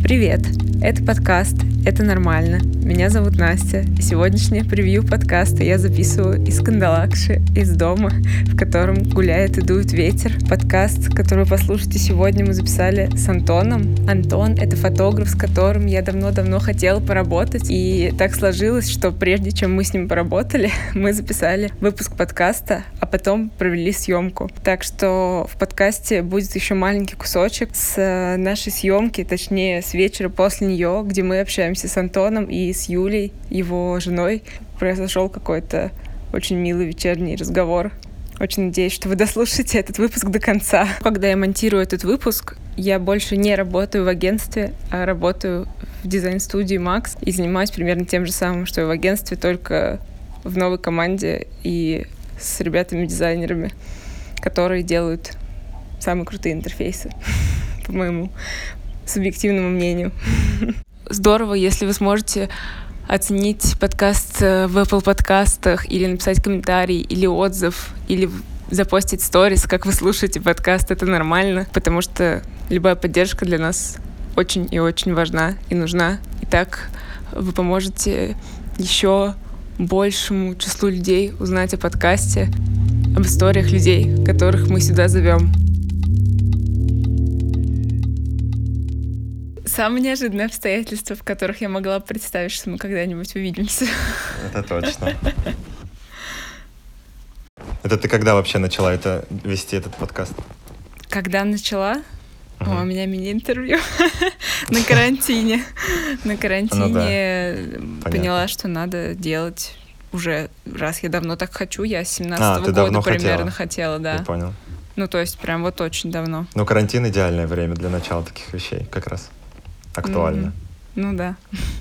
Привет! Это подкаст «Это нормально». Меня зовут Настя. И сегодняшнее превью подкаста я записываю из Кандалакши, из дома, в котором гуляет и дует ветер. Подкаст, который вы послушаете сегодня, мы записали с Антоном. Антон — это фотограф, с которым я давно-давно хотела поработать. И так сложилось, что прежде чем мы с ним поработали, мы записали выпуск подкаста, а потом провели съемку. Так что в подкасте будет еще маленький кусочек с нашей съемки, точнее, с вечера после нее, где мы общаемся с Антоном и с Юлей, его женой. Произошел какой-то очень милый вечерний разговор. Очень надеюсь, что вы дослушаете этот выпуск до конца. Когда я монтирую этот выпуск, я больше не работаю в агентстве, а работаю в дизайн-студии Max и занимаюсь примерно тем же самым, что и в агентстве, только в новой команде и с ребятами-дизайнерами, которые делают самые крутые интерфейсы, по моему субъективному мнению. Здорово, если вы сможете оценить подкаст в Apple подкастах или написать комментарий, или отзыв, или запостить сторис, как вы слушаете подкаст. Это нормально, потому что любая поддержка для нас очень и очень важна и нужна. И так вы поможете еще большему числу людей узнать о подкасте, об историях людей, которых мы сюда зовем. Самые неожиданные обстоятельства, в которых я могла представить, что мы когда-нибудь увидимся. Это точно. Это ты когда вообще начала вести этот подкаст? Когда начала? У меня мини-интервью на карантине. На карантине поняла, что надо делать уже, раз я давно так хочу. Я с 17-го года примерно хотела, да. Я понял. Ну, то есть прям вот очень давно. Ну, карантин — идеальное время для начала таких вещей, как раз. Актуально. Ну да.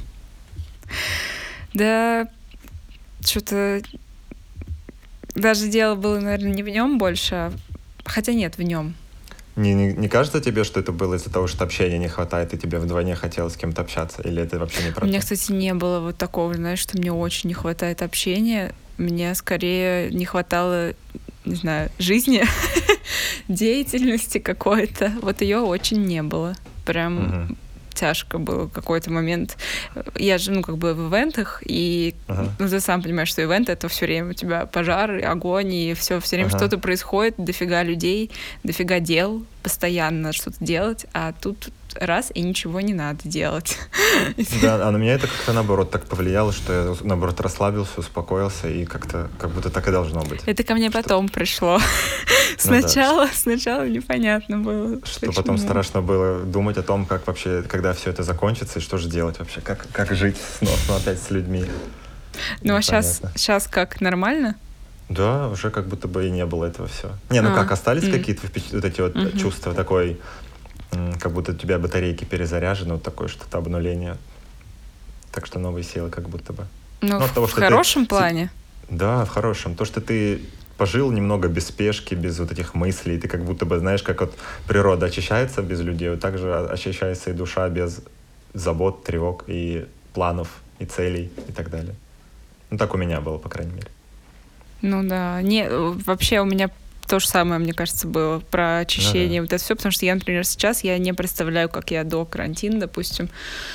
Да, что-то даже дело было, наверное, не в нем больше, хотя нет, в нем. Не кажется тебе, что это было из-за того, что общения не хватает, и тебе вдвойне хотелось с кем-то общаться? Или это вообще не про то? У меня, кстати, не было вот такого, знаешь, что мне очень не хватает общения. Мне скорее не хватало, не знаю, жизни, деятельности какой-то. Вот ее очень не было. Прям тяжко было какой-то момент. Я же, в ивентах, и ты сам понимаешь, что ивент — это все время у тебя пожар, огонь, и все время что-то происходит, дофига людей, дофига дел, постоянно надо что-то делать, а тут раз — и ничего не надо делать. Да, а на меня это как-то наоборот так повлияло, что я наоборот расслабился, успокоился, и как-то как будто так и должно быть. Это ко мне потом пришло. Сначала непонятно было. Что потом страшно было думать о том, как вообще, когда все это закончится, и что же делать вообще, как жить сносно опять с людьми. Ну а сейчас как, нормально? Да, уже как будто бы и не было этого все. Остались какие-то вот эти вот чувства, такой, как будто у тебя батарейки перезаряжены, вот такое что-то обнуление. Так что новые силы как будто бы. Ну, в хорошем плане? Да, в хорошем. То, что ты пожил немного без спешки, без вот этих мыслей, ты как будто бы, знаешь, как вот природа очищается без людей, вот так же очищается и душа без забот, тревог и планов, и целей, и так далее. Ну, так у меня было, по крайней мере. Ну да. Вообще у меня то же самое, мне кажется, было про очищение, вот это все, потому что я, например, сейчас я не представляю, как я до карантина, допустим,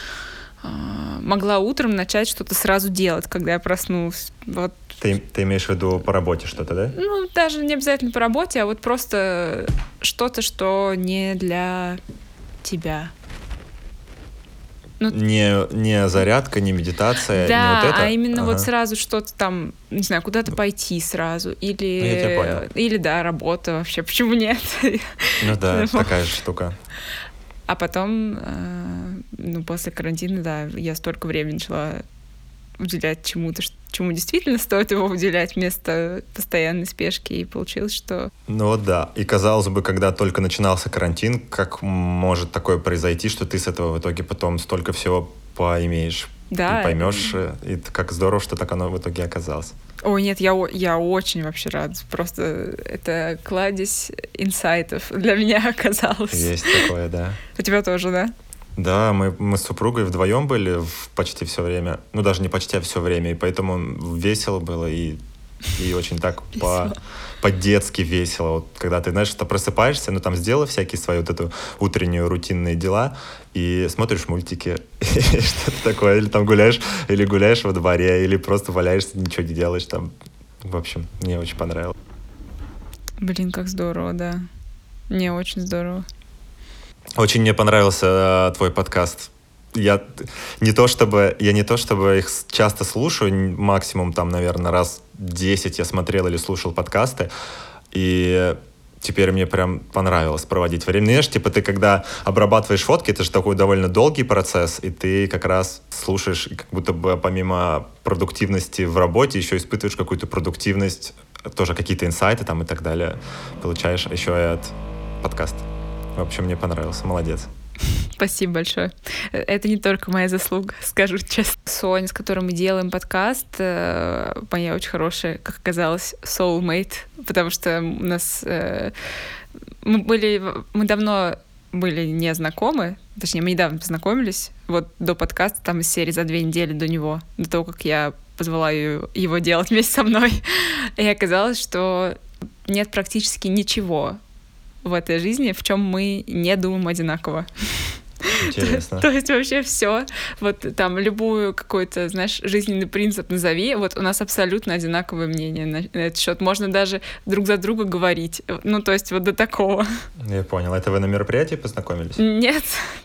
могла утром начать что-то сразу делать, когда я проснулась. Вот. Ты имеешь в виду по работе что-то, да? Ну, даже не обязательно по работе, а вот просто что-то, что не для тебя. Ну, не зарядка, не медитация, да, не вот это? А именно вот сразу что-то там, не знаю, куда-то пойти сразу. Или да, работа вообще, почему нет? Ну да, такая же штука. А потом, после карантина, да, я столько времени начала уделять чему-то, чему действительно стоит его уделять вместо постоянной спешки, и получилось, что... Ну вот да, и казалось бы, когда только начинался карантин, как может такое произойти, что ты с этого в итоге потом столько всего поимеешь, да, и поймешь, и как здорово, что так оно в итоге оказалось. Ой, нет, я очень вообще рада. Просто это кладезь инсайтов для меня оказалось. Есть такое, да. У тебя тоже, да? Да, мы с супругой вдвоем были почти все время. Ну, даже не почти, а все время. И поэтому весело было, и И очень так по-детски весело. Вот, когда ты, знаешь, что просыпаешься, ну там сделал всякие свои вот эту утреннюю рутинные дела и смотришь мультики, что-то такое, или там гуляешь во дворе, или просто валяешься, ничего не делаешь там. В общем, мне очень понравилось. Блин, как здорово, да. Мне очень здорово. Очень мне понравился твой подкаст. Я не то чтобы их часто слушаю, максимум там, наверное, раз 10 я смотрел или слушал подкасты, и теперь мне прям понравилось проводить время. Знаешь, типа ты когда обрабатываешь фотки, это же такой довольно долгий процесс, и ты как раз слушаешь, как будто бы помимо продуктивности в работе еще испытываешь какую-то продуктивность, тоже какие-то инсайты там и так далее получаешь еще и от подкаста. В общем, мне понравился. Молодец. Спасибо большое. Это не только моя заслуга, скажу честно. Соня, с которой мы делаем подкаст, моя очень хорошая, как оказалось, soulmate, потому что у нас... Мы давно были не знакомы, точнее, мы недавно познакомились, вот до подкаста, там из серии за 2 недели до него, до того, как я позвала его делать вместе со мной. И оказалось, что нет практически ничего в этой жизни, в чем мы не думаем одинаково. Интересно. То есть вообще все, вот там любую какой-то, знаешь, жизненный принцип назови, вот у нас абсолютно одинаковое мнение на этот счет. Можно даже друг за друга говорить. Ну, то есть вот до такого. Я понял. Это вы на мероприятии познакомились? Нет,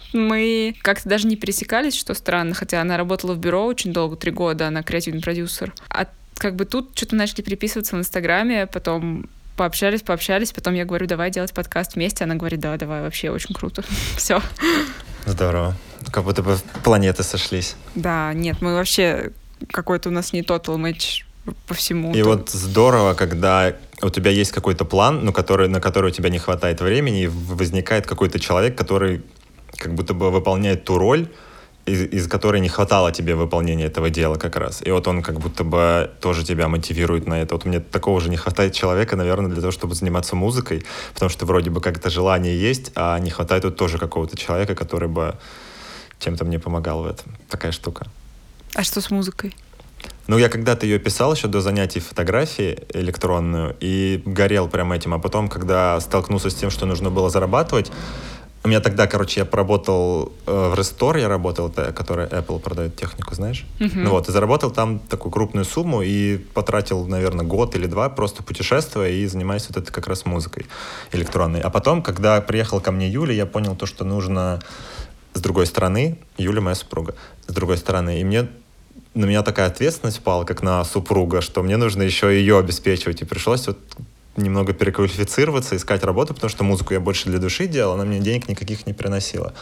мы как-то даже не пересекались, что странно, хотя она работала в бюро очень долго, 3 года, она креативный продюсер. А как бы тут что-то начали переписываться в Инстаграме, потом пообщались, потом я говорю, давай делать подкаст вместе, она говорит, да, давай, вообще очень круто. Все. Здорово. Как будто бы планеты сошлись. Да, нет, мы вообще какой-то у нас не total match по всему. И вот здорово, когда у тебя есть какой-то план, на который у тебя не хватает времени, и возникает какой-то человек, который как будто бы выполняет ту роль, из которой не хватало тебе выполнения этого дела как раз. И вот он как будто бы тоже тебя мотивирует на это. Вот мне такого же не хватает человека, наверное, для того, чтобы заниматься музыкой, потому что вроде бы как-то желание есть, а не хватает вот тоже какого-то человека, который бы чем-то мне помогал в этом. Такая штука. А что с музыкой? Ну, я когда-то ее писал еще до занятий фотографии электронную и горел прям этим. А потом, когда столкнулся с тем, что нужно было зарабатывать, у меня тогда, я поработал в Restore, который Apple продает технику, знаешь? Ну вот, и заработал там такую крупную сумму и потратил, наверное, 1 год или 2 просто путешествуя и занимаясь вот этой как раз музыкой электронной. А потом, когда приехала ко мне Юля, я понял то, что нужно с другой стороны, Юля моя супруга, с другой стороны, и на меня такая ответственность пала, как на супруга, что мне нужно еще ее обеспечивать, и пришлось вот немного переквалифицироваться, искать работу, потому что музыку я больше для души делал, она мне денег никаких не приносила.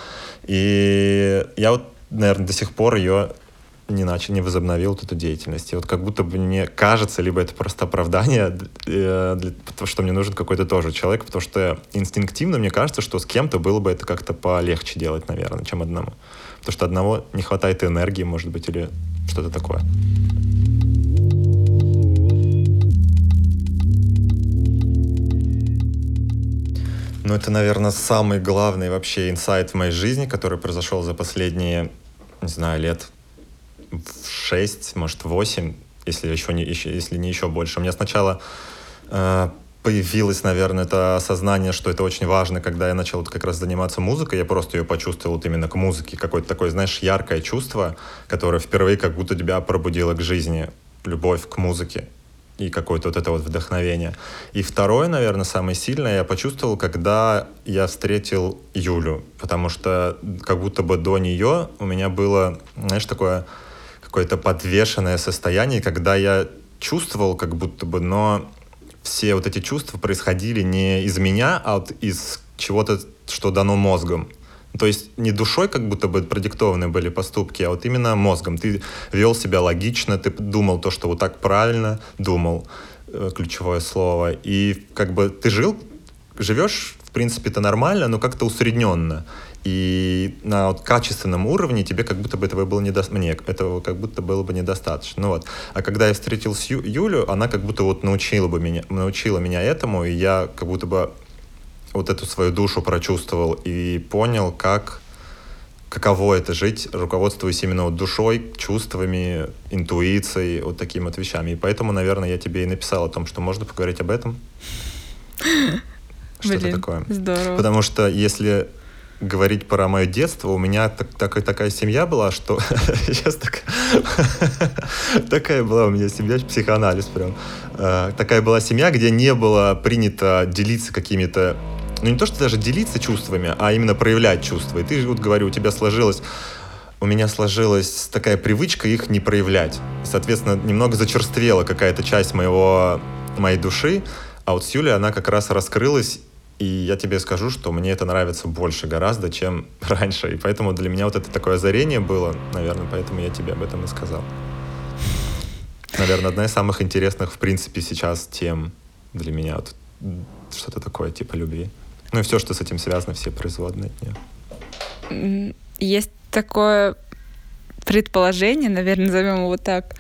И я вот, наверное, до сих пор ее не возобновил, вот эту деятельность. И вот как будто бы мне кажется, либо это просто оправдание, потому что мне нужен какой-то тоже человек, потому что инстинктивно мне кажется, что с кем-то было бы это как-то полегче делать, наверное, чем одному. Потому что одного не хватает энергии, может быть, или что-то такое. Ну, это, наверное, самый главный вообще инсайт в моей жизни, который произошел за последние, не знаю, лет 6, может, 8, если не еще больше. У меня сначала появилось, наверное, это осознание, что это очень важно, когда я начал вот как раз заниматься музыкой, я просто ее почувствовал вот именно к музыке, какое-то такое, знаешь, яркое чувство, которое впервые как будто тебя пробудило к жизни, любовь к музыке и какое-то вот это вот вдохновение. И второе, наверное, самое сильное я почувствовал, когда я встретил Юлю, потому что как будто бы до нее у меня было, знаешь, такое какое-то подвешенное состояние, когда я чувствовал как будто бы, но все вот эти чувства происходили не из меня, а вот из чего-то, что дано мозгом. То есть не душой как будто бы продиктованы были поступки, а вот именно мозгом. Ты вел себя логично, ты думал то, что вот так правильно, думал, ключевое слово. И как бы ты живешь, в принципе-то нормально, но как-то усредненно. И на вот качественном уровне тебе как будто бы этого было мне этого как будто было бы недостаточно. Ну вот. А когда я встретил Юлю, она как будто вот научила меня этому, и я как будто бы вот эту свою душу прочувствовал и понял, как каково это жить, руководствуясь именно вот душой, чувствами, интуицией, вот такими вот вещами. И поэтому, наверное, я тебе и написал о том, что можно поговорить об этом. Что-то такое. Здорово. Потому что если говорить про мое детство, у меня такая семья была, что сейчас такая была у меня семья, психоанализ прям. Такая была семья, где не было принято делиться какими-то, ну не то, что даже делиться чувствами, а именно проявлять чувства. И ты, вот говорю, у меня сложилась такая привычка их не проявлять. Соответственно, немного зачерствела какая-то часть моей души, а вот с Юлей она как раз раскрылась. И я тебе скажу, что мне это нравится больше гораздо, чем раньше. И поэтому для меня вот это такое озарение было, наверное, поэтому я тебе об этом и сказал. Наверное, одна из самых интересных, в принципе, сейчас тем для меня. Вот что-то такое типа любви. Ну и все, что с этим связано, все производные от нее. Есть такое предположение, наверное, назовем его так,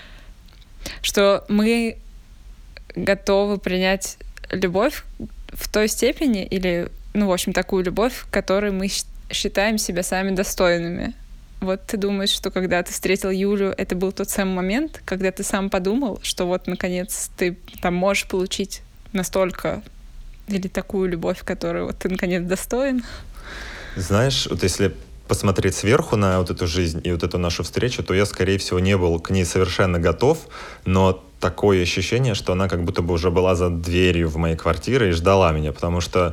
что мы готовы принять любовь в той степени или, ну, в общем, такую любовь, в которой мы считаем себя сами достойными. Вот ты думаешь, что когда ты встретил Юлю, это был тот самый момент, когда ты сам подумал, что вот, наконец, ты там можешь получить настолько или такую любовь, которую вот ты, наконец, достоин? Знаешь, вот если посмотреть сверху на вот эту жизнь и вот эту нашу встречу, то я, скорее всего, не был к ней совершенно готов, но такое ощущение, что она как будто бы уже была за дверью в моей квартире и ждала меня, потому что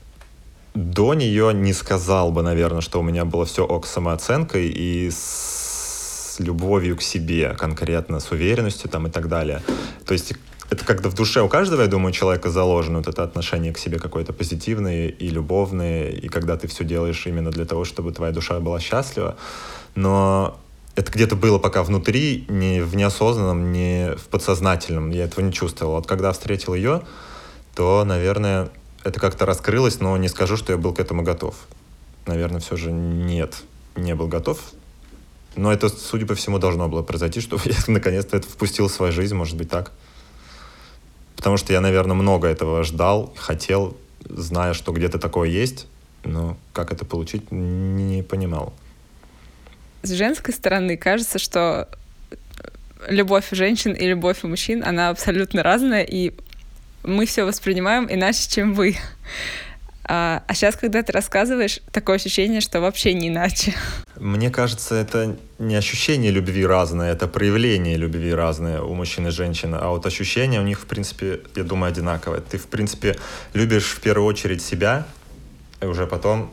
до нее не сказал бы, наверное, что у меня было все ок с самооценкой и с любовью к себе конкретно, с уверенностью там и так далее. То есть это когда в душе у каждого, я думаю, человека заложено вот это отношение к себе какое-то позитивное и любовное, и когда ты все делаешь именно для того, чтобы твоя душа была счастлива. Но это где-то было пока внутри, не в неосознанном, не в подсознательном. Я этого не чувствовал. Вот когда встретил ее, то, наверное, это как-то раскрылось, но не скажу, что я был к этому готов. Наверное, все же нет, не был готов. Но это, судя по всему, должно было произойти, чтобы я наконец-то это впустил в свою жизнь, может быть, так. Потому что я, наверное, много этого ждал, хотел, зная, что где-то такое есть, но как это получить, не понимал. С женской стороны кажется, что любовь у женщин и любовь у мужчин, она абсолютно разная, и мы все воспринимаем иначе, чем вы. А сейчас, когда ты рассказываешь, такое ощущение, что вообще не иначе. Мне кажется, это не ощущение любви разное, это проявление любви разное у мужчин и женщин, а вот ощущения у них, в принципе, я думаю, одинаковые. Ты, в принципе, любишь в первую очередь себя, и уже потом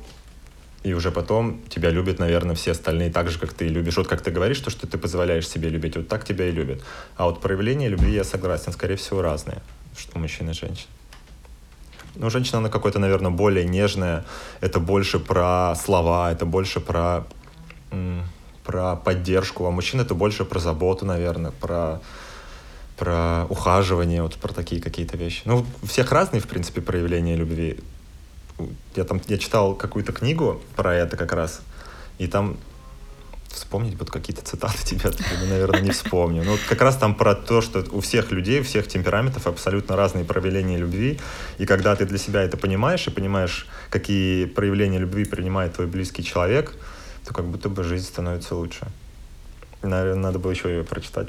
тебя любят, наверное, все остальные так же, как ты любишь. Вот как ты говоришь, что ты позволяешь себе любить, вот так тебя и любят. А вот проявление любви, я согласен, скорее всего, разные, что у мужчин и женщин. Ну, женщина, она какое-то, наверное, более нежная. Это больше про слова, это больше про поддержку. А мужчина это больше про заботу, наверное, про ухаживание, вот про такие какие-то вещи. Ну, у всех разные, в принципе, проявления любви. Я читал какую-то книгу про это как раз, и там вспомнить вот какие-то цитаты тебя, наверное, не вспомню. Но вот как раз там про то, что у всех людей, у всех темпераментов абсолютно разные проявления любви. И когда ты для себя это понимаешь, и понимаешь, какие проявления любви принимает твой близкий человек, то как будто бы жизнь становится лучше. Наверное, надо было еще ее прочитать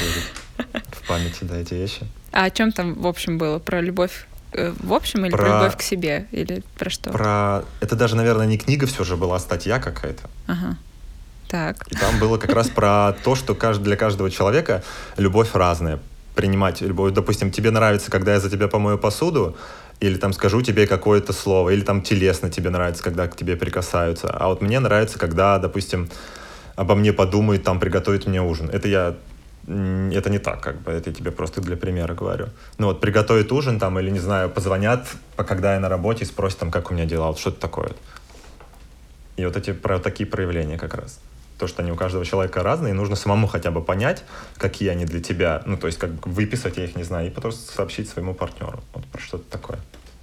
в памяти, да, эти вещи. А о чем там, в общем, было? Про любовь в общем или про любовь к себе? Или про что? Это даже, наверное, не книга все же была, а статья какая-то. Ага. Так. И там было как раз про то, что для каждого человека любовь разная. Принимать любовь. Допустим, тебе нравится, когда я за тебя помою посуду, или там скажу тебе какое-то слово, или там телесно тебе нравится, когда к тебе прикасаются. А вот мне нравится, когда, допустим, обо мне подумают, там приготовят мне ужин. Это не так, как бы, это я тебе просто для примера говорю. Ну вот, приготовят ужин там, или, не знаю, позвонят, когда я на работе, и спросят там, как у меня дела, вот что-то такое. И вот про такие проявления как раз. То, что они у каждого человека разные, и нужно самому хотя бы понять, какие они для тебя. Ну, то есть, как бы выписать, я их не знаю, и потом сообщить своему партнеру. Вот про что-то такое.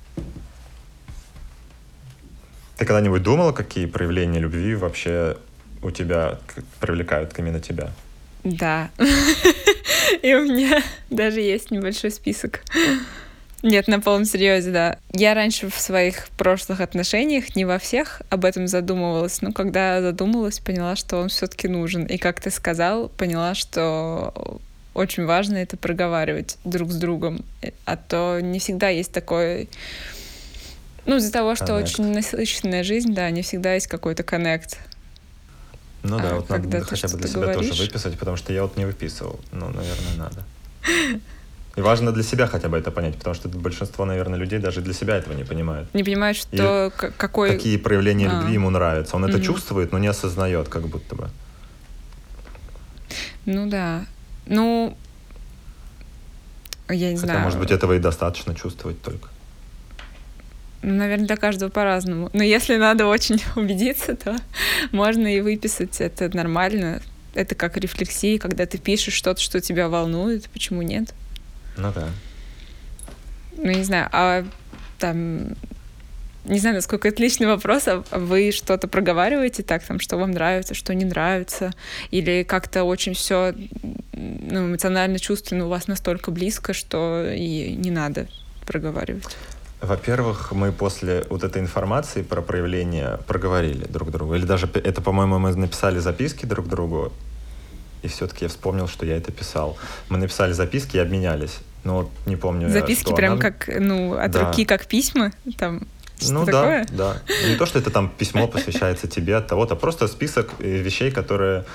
Ты когда-нибудь думала, какие проявления любви вообще у тебя привлекают именно тебя? Да. И у меня даже есть небольшой список. Нет, на полном серьезе, да. Я раньше в своих прошлых отношениях не во всех об этом задумывалась, но когда задумалась, поняла, что он все-таки нужен. И как ты сказал, поняла, что очень важно это проговаривать друг с другом. А то не всегда есть такой... Ну, из-за того, что очень насыщенная жизнь, да, не всегда есть какой-то коннект. Ну да, вот когда надо хотя бы для себя тоже выписать, потому что я вот не выписывал. Ну, наверное, надо. И важно для себя хотя бы это понять, потому что большинство, наверное, людей даже для себя этого не понимают. Не понимают, что какие проявления любви ему нравятся. Он это чувствует, но не осознает, как будто бы. Ну да. Ну, я не знаю. Хотя, может быть, этого и достаточно чувствовать только. Наверное, для каждого по-разному. Но если надо очень убедиться, то можно и выписать. Это нормально. Это как рефлексия, когда ты пишешь что-то, что тебя волнует. Почему нет? Ну да. Ну, не знаю, не знаю, насколько это личный вопрос, а вы что-то проговариваете так, там, что вам нравится, что не нравится, или как-то очень все эмоционально, чувственно у вас настолько близко, что и не надо проговаривать? Во-первых, мы после вот этой информации про проявление проговорили друг другу. Или даже это, по-моему, мы написали записки друг другу, и все-таки я вспомнил, что я это писал. Мы написали записки и обменялись. Но вот не помню. Записки что прям как, от руки, как письма? Там, что такое? Да. Не то, что это там письмо посвящается тебе от того-то, просто список вещей, которые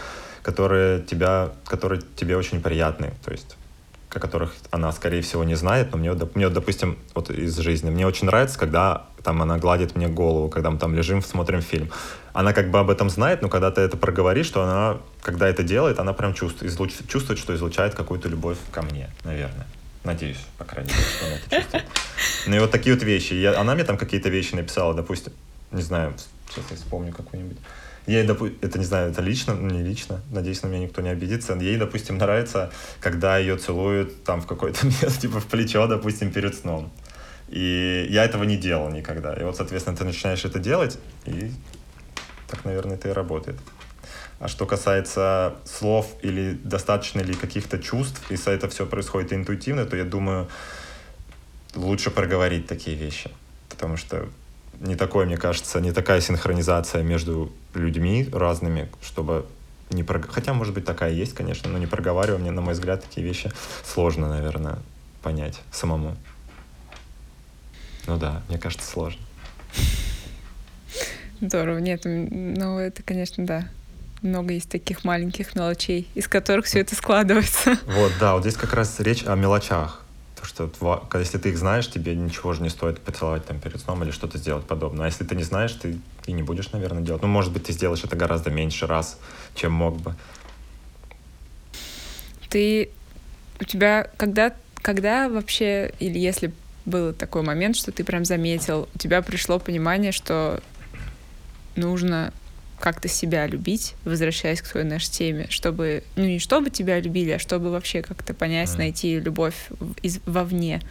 тебе очень приятны. То есть о которых она, скорее всего, не знает, но мне, допустим, вот из жизни, мне очень нравится, когда там она гладит мне голову, когда мы там лежим, смотрим фильм. Она как бы об этом знает, но когда ты это проговоришь, что она, когда это делает, она прям чувствует, что излучает какую-то любовь ко мне, наверное. Надеюсь, по крайней мере, что она это чувствует. Ну и вот такие вот вещи. Она мне там какие-то вещи написала, допустим, не знаю, сейчас я вспомню какую-нибудь. Ей, это не знаю, это лично, не лично, надеюсь, на меня никто не обидится. Ей, допустим, нравится, когда ее целуют там в какое-то место, типа в плечо, допустим, перед сном. И я этого не делал никогда. И вот, соответственно, ты начинаешь это делать, и так, наверное, это и работает. А что касается слов или достаточно ли каких-то чувств, если это все происходит интуитивно, то я думаю, лучше проговорить такие вещи. Потому что не такая синхронизация между людьми разными, чтобы хотя, может быть, такая есть, конечно, но не проговаривая, мне, на мой взгляд, такие вещи сложно, наверное, понять самому. Ну да, мне кажется, сложно. Здорово. Нет, ну это, конечно, да. Много есть таких маленьких мелочей, из которых все это складывается. Вот, да, вот здесь как раз речь о мелочах. То, что если ты их знаешь, тебе ничего же не стоит поцеловать там перед сном или что-то сделать подобное. А если ты не знаешь, ты и не будешь, наверное, делать. Ну, может быть, ты сделаешь это гораздо меньше раз, чем мог бы. У тебя когда вообще, или если был такой момент, что ты прям заметил, у тебя пришло понимание, что нужно как-то себя любить, возвращаясь к своей нашей теме, чтобы, не чтобы тебя любили, а чтобы вообще как-то понять, найти любовь вовне?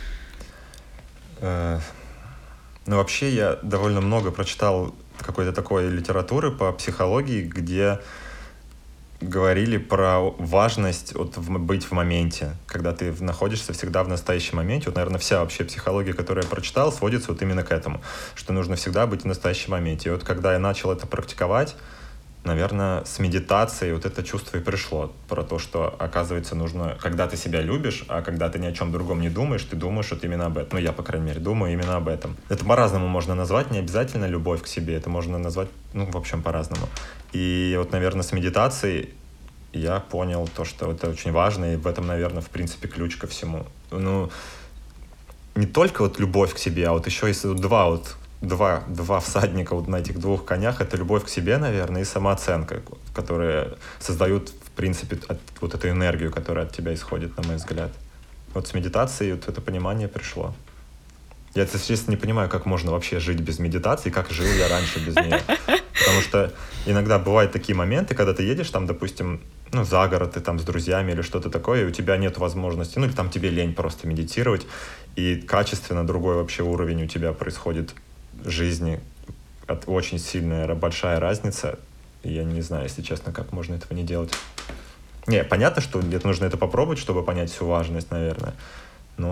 Ну, вообще, я довольно много прочитал какой-то такой литературы по психологии, где говорили про важность быть в моменте, когда ты находишься всегда в настоящем моменте. Вот, наверное, вся вообще психология, которую я прочитал, сводится вот именно к этому, что нужно всегда быть в настоящем моменте. И вот когда я начал это практиковать, наверное, с медитацией вот это чувство и пришло про то, что, оказывается, нужно, когда ты себя любишь, а когда ты ни о чем другом не думаешь, ты думаешь вот именно об этом. Ну, я, по крайней мере, думаю именно об этом. Это по-разному можно назвать, не обязательно любовь к себе, это можно назвать, ну, в общем, по-разному. И вот, наверное, с медитацией я понял то, что это очень важно, и в этом, наверное, в принципе, ключ ко всему. Ну, не только вот любовь к себе, а вот еще есть два всадника вот на этих двух конях. Это любовь к себе, наверное, и самооценка, которые создают, в принципе, вот эту энергию, которая от тебя исходит, на мой взгляд. Вот с медитацией вот это понимание пришло. Я, естественно, не понимаю, как можно вообще жить без медитации, как жил я раньше без нее. Потому что иногда бывают такие моменты, когда ты едешь там, допустим, ну, за город, ты там с друзьями или что-то такое, и у тебя нет возможности, ну, или там тебе лень просто медитировать, и качественно другой вообще уровень у тебя происходит жизни, очень сильная, большая разница. И я не знаю, если честно, как можно этого не делать. Не, понятно, что где-то нужно это попробовать, чтобы понять всю важность, наверное. Но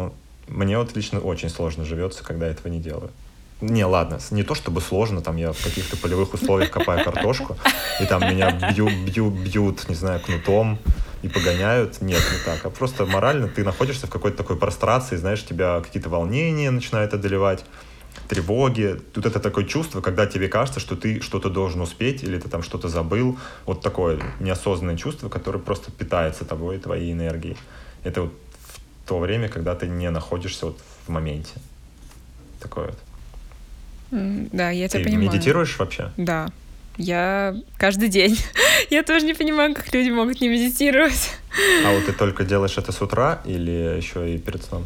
Мне вот лично очень сложно живется, когда этого не делаю. Не, ладно, не то чтобы сложно, там я в каких-то полевых условиях копаю картошку, и там меня бьют, не знаю, кнутом и погоняют. Нет, не так. А просто морально ты находишься в какой-то такой прострации, знаешь, тебя какие-то волнения начинают одолевать, тревоги. Тут это такое чувство, когда тебе кажется, что ты что-то должен успеть, или ты там что-то забыл. Вот такое неосознанное чувство, которое просто питается тобой, твоей энергией. Это вот в то время, когда ты не находишься вот в моменте. Такое вот. Да, я тебя Ты понимаю. медитируешь вообще? Да. Я каждый день. Я тоже не понимаю, как люди могут не медитировать. А вот ты только делаешь это с утра или еще и перед сном?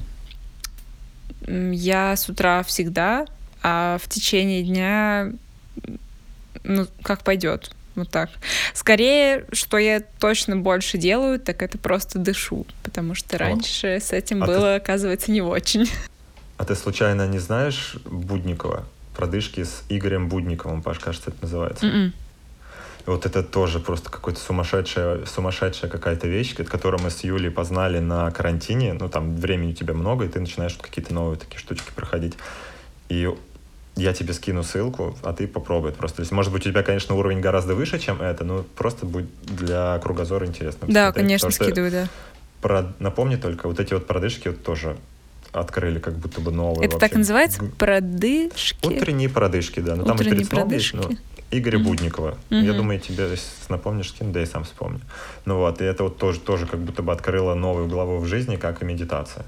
Я с утра всегда, а в течение дня, ну, как пойдет. Вот так. Скорее, что я точно больше делаю, так это просто дышу, потому что раньше с этим было, оказывается, не очень. А ты случайно не знаешь Будникова? Продышки с Игорем Будниковым, Паш, кажется, это называется. Mm-mm. Вот это тоже просто какая-то сумасшедшая какая-то вещь, которую мы с Юлей познали на карантине. Ну, там времени у тебя много, и ты начинаешь какие-то новые такие штучки проходить. И я тебе скину ссылку, а ты попробуй просто. Может быть, у тебя, конечно, уровень гораздо выше, чем это, но просто будет для кругозора интересно. Да, конечно, скидывай, да. Напомни только, вот эти вот продышки вот тоже открыли как будто бы новые. Это вообще так и называется? Продышки? Утренние продышки, да. Но там и перед сном есть, Игоря Будникова. Я думаю, тебе напомнишь, скину, да и сам вспомню. Ну вот, и это вот тоже как будто бы открыло новую главу в жизни, как и медитация.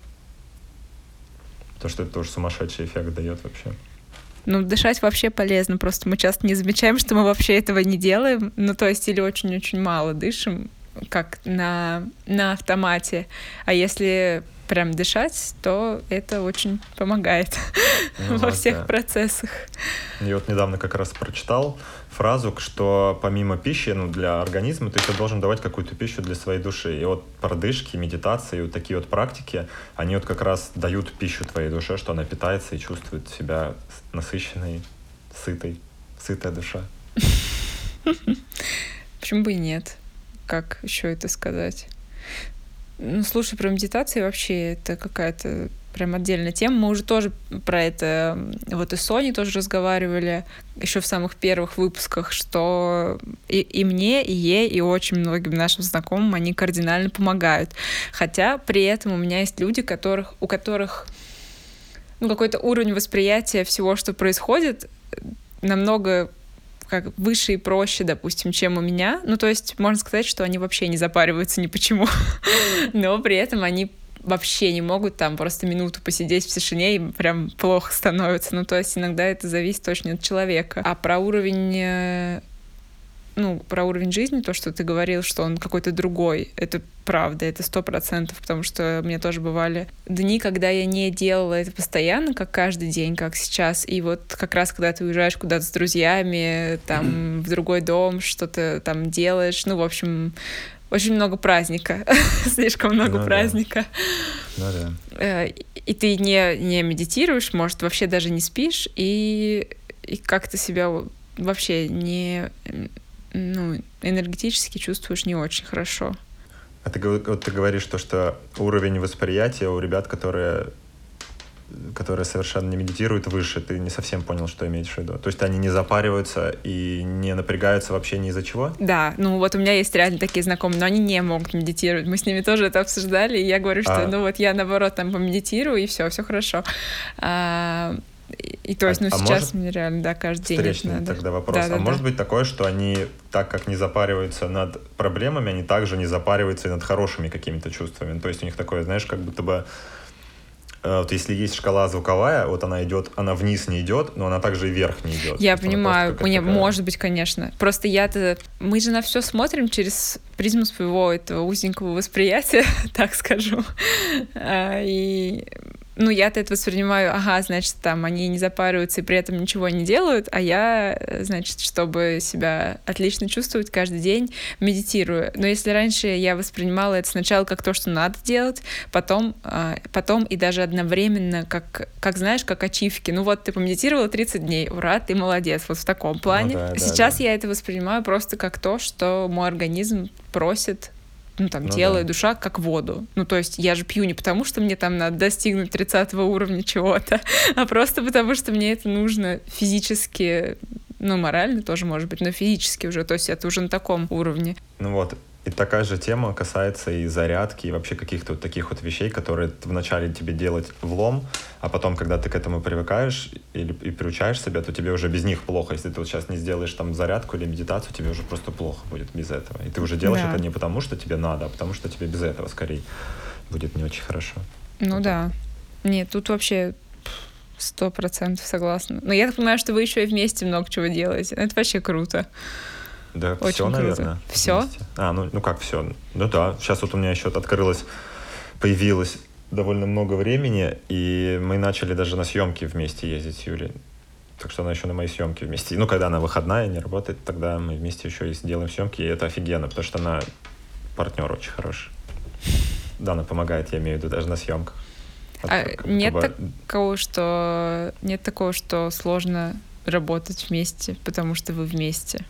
То, что это тоже сумасшедший эффект дает вообще. Ну, дышать вообще полезно, просто мы часто не замечаем, что мы вообще этого не делаем. Ну, то есть, или очень-очень мало дышим, как на автомате. А если прям дышать, то это очень помогает во всех процессах. Я вот недавно как раз прочитал фразу, что помимо пищи, ну, для организма, ты еще должен давать какую-то пищу для своей души. И вот продышки, медитации, вот такие вот практики, они вот как раз дают пищу твоей душе, что она питается и чувствует себя насыщенной, сытой. Сытая душа. Почему бы и нет? Как еще это сказать? Ну, слушай, про медитации вообще это какая-то прям отдельная тема. Мы уже тоже про это вот и с Соней тоже разговаривали еще в самых первых выпусках, что и мне, и ей, и очень многим нашим знакомым они кардинально помогают. Хотя при этом у меня есть люди, у которых ну, какой-то уровень восприятия всего, что происходит, намного как выше и проще, допустим, чем у меня. Ну, то есть можно сказать, что они вообще не запариваются ни почему. Но при этом они вообще не могут там просто минуту посидеть в тишине, и прям плохо становится. Ну, то есть иногда это зависит очень от человека. А про уровень жизни, то, что ты говорил, что он какой-то другой, это правда, это 100%, потому что у меня тоже бывали дни, когда я не делала это постоянно, как каждый день, как сейчас, и вот как раз, когда ты уезжаешь куда-то с друзьями, там, в другой дом, что-то там делаешь, ну, в общем, очень много праздника, слишком много праздника. И ты не медитируешь, может, вообще даже не спишь, и как-то себя вообще не... ну, энергетически чувствуешь не очень хорошо. А ты говоришь, что уровень восприятия у ребят, которые совершенно не медитируют, выше. Ты не совсем понял, что имеешь в виду. То есть они не запариваются и не напрягаются вообще ни из-за чего? Да, ну вот у меня есть реально такие знакомые, но они не могут медитировать. Мы с ними тоже это обсуждали, и я говорю, что ну вот я наоборот там помедитирую, и все хорошо. И то есть, сейчас мне реально, да, каждый день встречный надо. Тогда вопрос. Может быть такое, что они, так как не запариваются над проблемами, они также не запариваются и над хорошими какими-то чувствами. То есть у них такое, знаешь, как будто бы вот если есть шкала звуковая, вот она идет, она вниз не идет, но она также и вверх не идет. Я понимаю, может быть, конечно. Просто мы же на все смотрим через призму своего этого узенького восприятия, так скажу. И ну, я-то это воспринимаю, значит, там они не запариваются и при этом ничего не делают, а я, значит, чтобы себя отлично чувствовать каждый день, медитирую. Но если раньше я воспринимала это сначала как то, что надо делать, потом и даже одновременно, как знаешь, как ачивки. Ну вот, ты помедитировала 30 дней, ура, ты молодец, вот в таком плане. Сейчас я это воспринимаю просто как то, что мой организм просит тело да. и душа как воду. То есть я же пью не потому, что мне там надо достигнуть 30 уровня чего-то, а просто потому, что мне это нужно физически, морально тоже может быть, но физически уже, то есть это уже на таком уровне. И такая же тема касается и зарядки, и вообще каких-то вот таких вот вещей, которые вначале тебе делать влом, а потом, когда ты к этому привыкаешь и приучаешь себя, то тебе уже без них плохо. Если ты вот сейчас не сделаешь там зарядку или медитацию, тебе уже просто плохо будет без этого. И ты уже делаешь это не потому, что тебе надо, а потому что тебе без этого скорее будет не очень хорошо. Да. Нет, тут вообще 100% согласна. Но я так понимаю, что вы еще и вместе много чего делаете. Это вообще круто. Да, очень все, круто. наверное. Все? Как все? Да. Сейчас вот у меня еще появилось довольно много времени, и мы начали даже на съемки вместе ездить с Юлей. Так что она еще на мои съемки вместе. Когда она выходная, не работает, тогда мы вместе еще и делаем съемки, и это офигенно, потому что она партнер очень хороший. Да, она помогает, я имею в виду, даже на съемках. Нет такого, что сложно работать вместе, потому что вы вместе?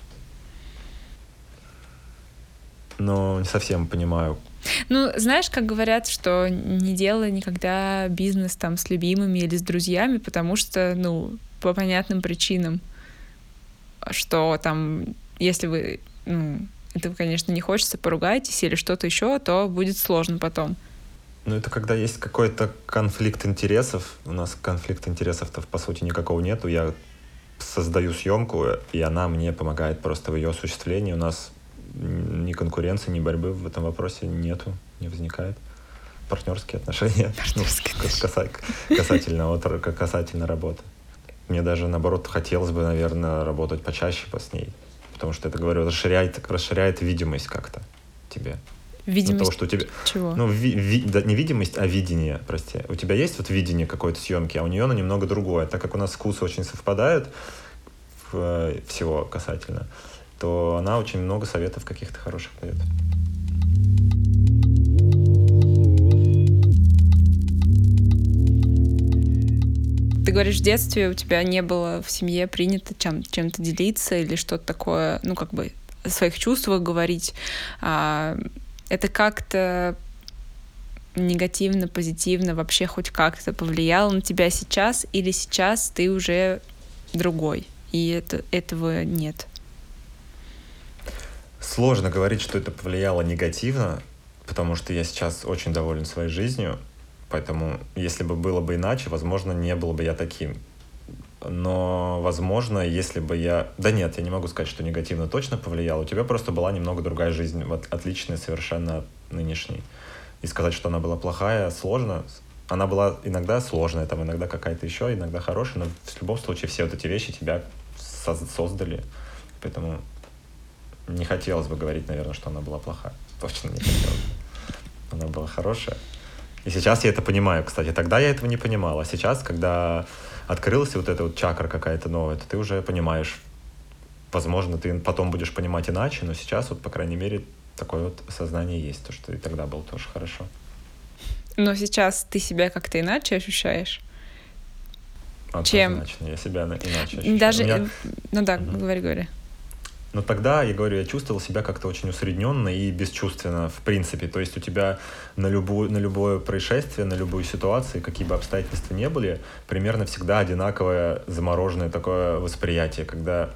Не совсем понимаю. Знаешь, как говорят, что не делай никогда бизнес там с любимыми или с друзьями, потому что, по понятным причинам, что там, если вы, этого, конечно, не хочется, поругаетесь или что-то еще, то будет сложно потом. Это когда есть какой-то конфликт интересов. У нас конфликта интересов-то, по сути, никакого нету. Я создаю съемку, и она мне помогает просто в ее осуществлении. У нас ни конкуренции, ни борьбы в этом вопросе нету, не возникает. Партнерские отношения. Касательно работы. Мне даже, наоборот, хотелось бы, наверное, работать почаще с ней. Потому что это, говорю, расширяет видимость как-то тебе. Видимость того, что у тебя... чего? Не видимость, а видение, прости. У тебя есть вот видение какой-то съемки, а у нее оно немного другое. Так как у нас вкусы очень совпадают всего касательно, то она очень много советов каких-то хороших дает. Ты говоришь, в детстве у тебя не было в семье принято чем-то делиться или что-то такое, о своих чувствах говорить. Это как-то негативно, позитивно вообще хоть как-то повлияло на тебя сейчас, или сейчас ты уже другой, и этого нет? Сложно говорить, что это повлияло негативно, потому что я сейчас очень доволен своей жизнью, поэтому если бы было бы иначе, возможно, не был бы я таким. Но, возможно, если бы я... Да нет, я не могу сказать, что негативно точно повлияло. У тебя просто была немного другая жизнь, отличная совершенно от нынешней. И сказать, что она была плохая, сложно. Она была иногда сложная, иногда какая-то еще, иногда хорошая, но в любом случае все вот эти вещи тебя создали. Поэтому не хотелось бы говорить, наверное, что она была плохая. Точно не хотелось бы. Она была хорошая. И сейчас я это понимаю, кстати. Тогда я этого не понимал. А сейчас, когда открылась вот эта вот чакра какая-то новая, то ты уже понимаешь. Возможно, ты потом будешь понимать иначе, но сейчас, вот, по крайней мере, такое вот осознание есть, то, что и тогда было тоже хорошо. Но сейчас ты себя как-то иначе ощущаешь? Однозначно, я себя иначе ощущаю. Даже... говори. Но тогда, я говорю, я чувствовал себя как-то очень усредненно и бесчувственно, в принципе. То есть у тебя на любое происшествие, на любую ситуацию, какие бы обстоятельства ни были, примерно всегда одинаковое замороженное такое восприятие, когда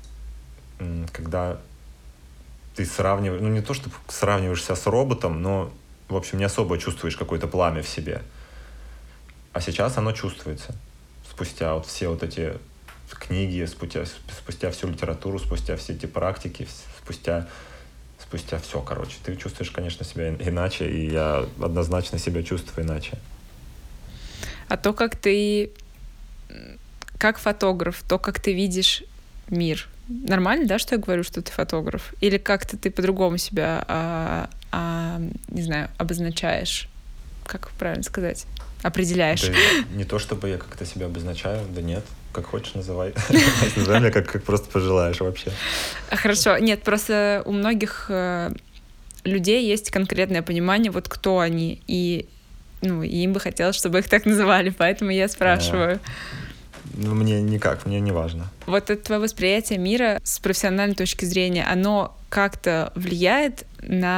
ты сравниваешь, не то, что сравниваешься с роботом, но, в общем, не особо чувствуешь какое-то пламя в себе. А сейчас оно чувствуется. Спустя вот все вот эти книги, спустя всю литературу, спустя все эти практики, спустя все, короче. Ты чувствуешь, конечно, себя иначе, и я однозначно себя чувствую иначе. А то, как ты, как фотограф, то, как ты видишь мир, нормально, да, что я говорю, что ты фотограф? Или как-то ты по-другому себя, не знаю, обозначаешь? Как правильно сказать? Определяешь? Да, не то, чтобы я как-то себя обозначаю, да нет. Как хочешь, называй. Называй меня, как просто пожелаешь вообще. Хорошо. Нет, просто у многих людей есть конкретное понимание, вот кто они, и им бы хотелось, чтобы их так называли, поэтому я спрашиваю. Мне никак, мне не важно. Вот это твое восприятие мира с профессиональной точки зрения, оно как-то влияет на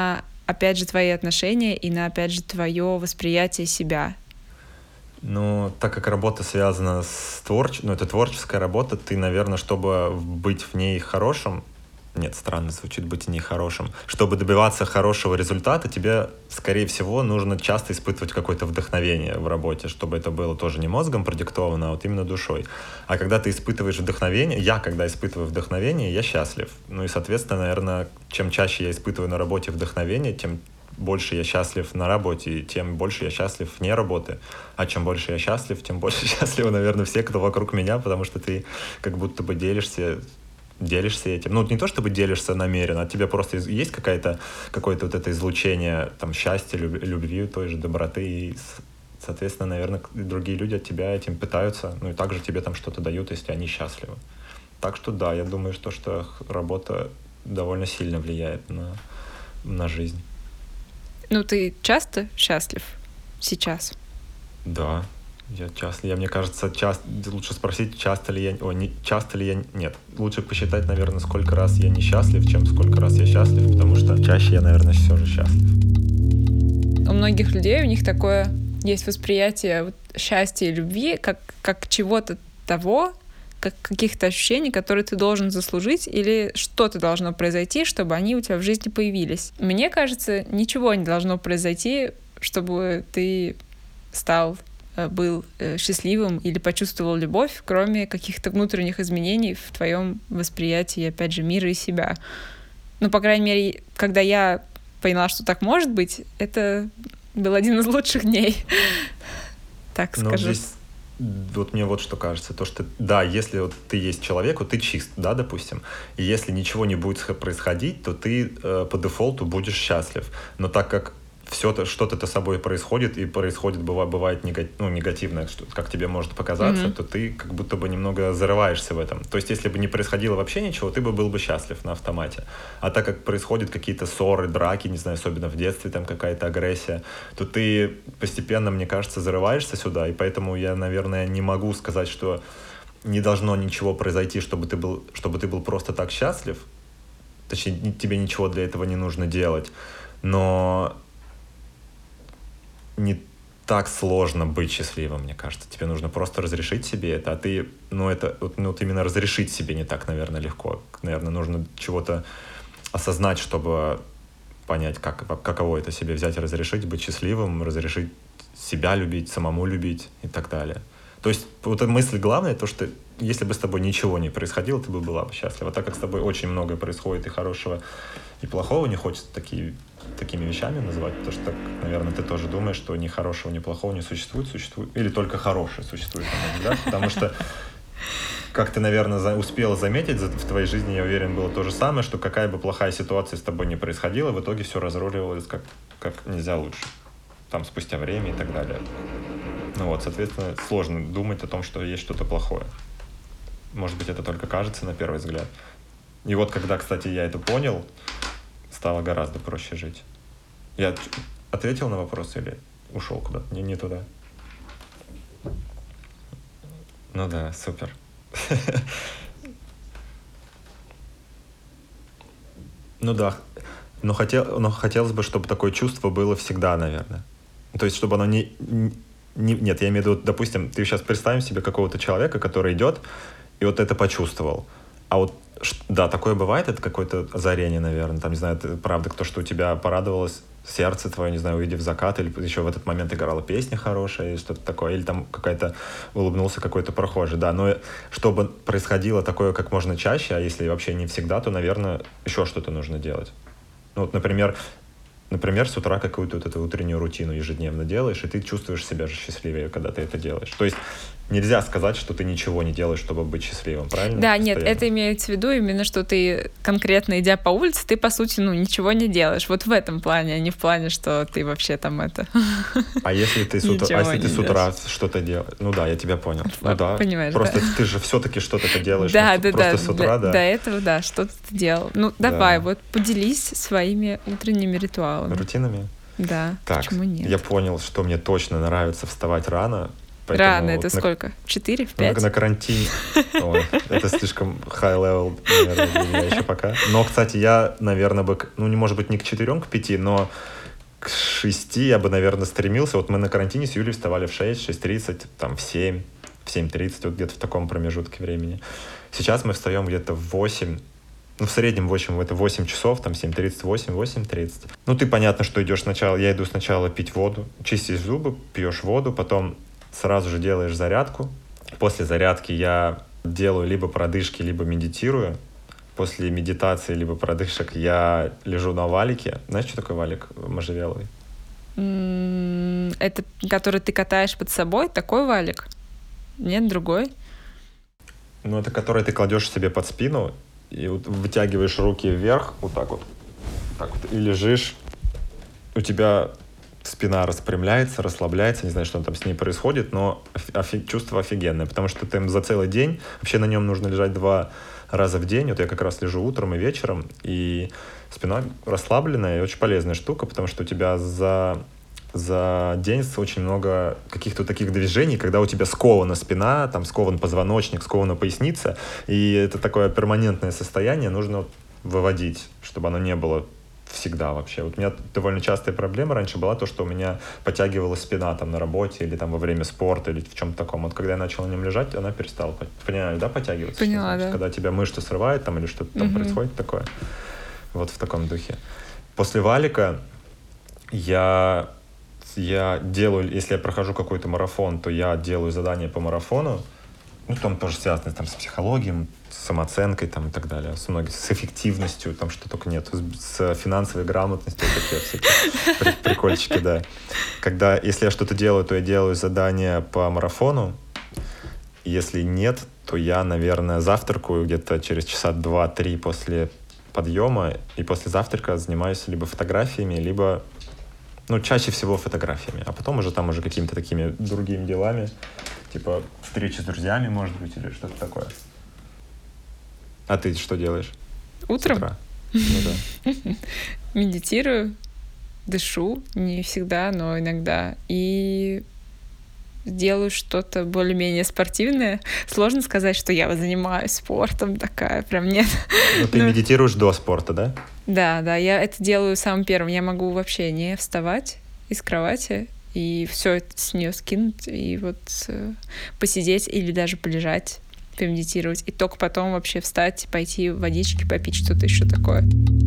опять же, твои отношения и на, опять же, твое восприятие себя? Ну, так как работа связана с ну, это творческая работа, ты, наверное, чтобы быть в ней хорошим, нет, странно звучит быть в ней хорошим, чтобы добиваться хорошего результата, тебе, скорее всего, нужно часто испытывать какое-то вдохновение в работе, чтобы это было тоже не мозгом продиктовано, а вот именно душой. А когда ты испытываешь вдохновение, когда испытываю вдохновение, я счастлив. Ну и, соответственно, наверное, чем чаще я испытываю на работе вдохновение, тем больше я счастлив на работе, тем больше я счастлив вне работы. А чем больше я счастлив, тем больше счастливы, наверное, все, кто вокруг меня, потому что ты как будто бы делишься этим. Ну, не то чтобы делишься намеренно, а тебе просто есть какое-то вот это излучение там счастья, любви, той же доброты, и, соответственно, наверное, другие люди от тебя этим питаются, ну и также тебе там что-то дают, если они счастливы. Так что да, я думаю, что работа довольно сильно влияет на жизнь. Ну, ты часто счастлив сейчас? Да, я часто. Мне кажется, лучше спросить, часто ли я... Нет, лучше посчитать, наверное, сколько раз я несчастлив, чем сколько раз я счастлив, потому что чаще я, наверное, все же счастлив. У многих людей, у них такое есть восприятие счастья и любви как чего-то того, как каких-то ощущений, которые ты должен заслужить, или что-то должно произойти, чтобы они у тебя в жизни появились. Мне кажется, ничего не должно произойти, чтобы ты был счастливым или почувствовал любовь, кроме каких-то внутренних изменений в твоем восприятии, опять же, мира и себя. Ну, по крайней мере, когда я поняла, что так может быть, это был один из лучших дней. Так скажу. Вот мне вот что кажется, то что, да, если вот ты есть человек, вот ты чист, да, допустим, и если ничего не будет происходить, то ты по дефолту будешь счастлив. Но так как что-то с собой происходит, и бывает негативное, как тебе может показаться, то ты как будто бы немного зарываешься в этом. То есть, если бы не происходило вообще ничего, ты был бы счастлив на автомате. А так как происходят какие-то ссоры, драки, не знаю, особенно в детстве, там какая-то агрессия, то ты постепенно, мне кажется, зарываешься сюда, и поэтому я, наверное, не могу сказать, что не должно ничего произойти, чтобы ты был просто так счастлив. Точнее, тебе ничего для этого не нужно делать. Но не так сложно быть счастливым, мне кажется. Тебе нужно просто разрешить себе это, а ты, вот именно разрешить себе не так, наверное, легко. Наверное, нужно чего-то осознать, чтобы понять, каково это себе взять и разрешить, быть счастливым, разрешить себя любить, самому любить и так далее. То есть вот эта мысль главная, то, что если бы с тобой ничего не происходило, ты бы была бы счастлива. Так как с тобой очень многое происходит и хорошего, и плохого, не хочется такими вещами называть, потому что, наверное, ты тоже думаешь, что ни хорошего, ни плохого не существует, или только хорошее существует, на мой взгляд, потому что, как ты, наверное, успела заметить, в твоей жизни, я уверен, было то же самое, что какая бы плохая ситуация с тобой не происходила, в итоге все разруливалось как нельзя лучше, там, спустя время и так далее. Ну вот, соответственно, сложно думать о том, что есть что-то плохое. Может быть, это только кажется на первый взгляд. И вот, когда, кстати, я это понял, стало гораздо проще жить. Я ответил на вопрос или ушел куда-то? Не туда. Ну да, супер. Ну да. Но хотелось бы, чтобы такое чувство было всегда, наверное. То есть, чтобы оно Нет, я имею в виду, допустим, ты сейчас представим себе какого-то человека, который идет, и вот это почувствовал. А вот, да, такое бывает, это какое-то озарение, наверное, там, не знаю, это правда, что у тебя порадовалось сердце твое, не знаю, увидев закат, или еще в этот момент играла песня хорошая, или что-то такое, или там улыбнулся какой-то прохожий, да, но чтобы происходило такое как можно чаще, а если вообще не всегда, то, наверное, еще что-то нужно делать. Ну вот, например, с утра какую-то вот эту утреннюю рутину ежедневно делаешь, и ты чувствуешь себя же счастливее, когда ты это делаешь. То есть нельзя сказать, что ты ничего не делаешь, чтобы быть счастливым, правильно? Да, нет, это имеется в виду именно, что ты конкретно, идя по улице, ты, по сути, ничего не делаешь. Вот в этом плане, а не в плане, что ты вообще там это... А если ты с утра что-то делаешь? Ну да, я тебя понял. Ну да. Понимаешь, просто да? ты же все-таки что-то делаешь. Да, просто с утра, да. До этого, да, что-то ты делал. Ну, давай, вот поделись своими утренними ритуалами. Рутинами? Да, так, почему нет? Я понял, что мне точно нравится вставать рано. Рано, это сколько? 4, в 5? На карантине. Ой, это слишком high level, наверное, для меня еще пока. Но, кстати, я, наверное, бы, ну, не может быть, не к 4, к 5, но к 6 я бы, наверное, стремился. Вот мы на карантине с Юлей вставали в 6, 6:30, там, в 7, в 7:30, вот где-то в таком промежутке времени. Сейчас мы встаем где-то в 8, ну, в среднем 8, это 8 часов, там, 7:30, 8:30. Ну, ты, понятно, что идешь сначала, я иду сначала пить воду, чистишь зубы, пьешь воду, потом сразу же делаешь зарядку. После зарядки я делаю либо продышки, либо медитирую. После медитации либо продышек я лежу на валике. Знаешь, что такое валик можжевеловый? Это который ты катаешь под собой? Такой валик? Нет, другой? Ну, это который ты кладешь себе под спину и вот вытягиваешь руки вверх, вот так вот, и лежишь. У тебя спина распрямляется, расслабляется, не знаю, что там с ней происходит, но чувство офигенное, потому что ты за целый день, вообще на нем нужно лежать 2 раза в день, вот я как раз лежу утром и вечером, и спина расслабленная и очень полезная штука, потому что у тебя за день очень много каких-то таких движений, когда у тебя скована спина, там скован позвоночник, скована поясница, и это такое перманентное состояние нужно выводить, чтобы оно не было всегда вообще. Вот у меня довольно частая проблема раньше была то, что у меня подтягивалась спина там на работе или там во время спорта или в чем-то таком. Вот когда я начал на нем лежать, она перестала, понимаешь, да, подтягиваться? Поняла, да. Когда тебя мышцы срывает там или что-то там происходит такое. Вот в таком духе. После валика я делаю, если я прохожу какой-то марафон, то я делаю задания по марафону. Ну, там тоже связано там, с психологией, с самооценкой там, и так далее, с эффективностью, там что только нет, с финансовой грамотностью, такие всякие прикольчики, да. Если я что-то делаю, то я делаю задания по марафону. Если нет, то я, наверное, завтракаю где-то через часа 2-3 после подъема, и после завтрака занимаюсь либо фотографиями, либо, ну, чаще всего фотографиями, а потом уже какими-то такими другими делами, типа встречи с друзьями, может быть, или что-то такое. А ты что делаешь? Утром? С утра? Ну да. Медитирую, дышу, не всегда, но иногда, и делаю что-то более-менее спортивное. Сложно сказать, что я занимаюсь спортом, такая прям нет. Но ты медитируешь до спорта, да? Да, я это делаю самым первым. Я могу вообще не вставать из кровати и все с нее скинуть, и вот посидеть или даже полежать, помедитировать, и только потом вообще встать, пойти водички попить, что-то еще такое.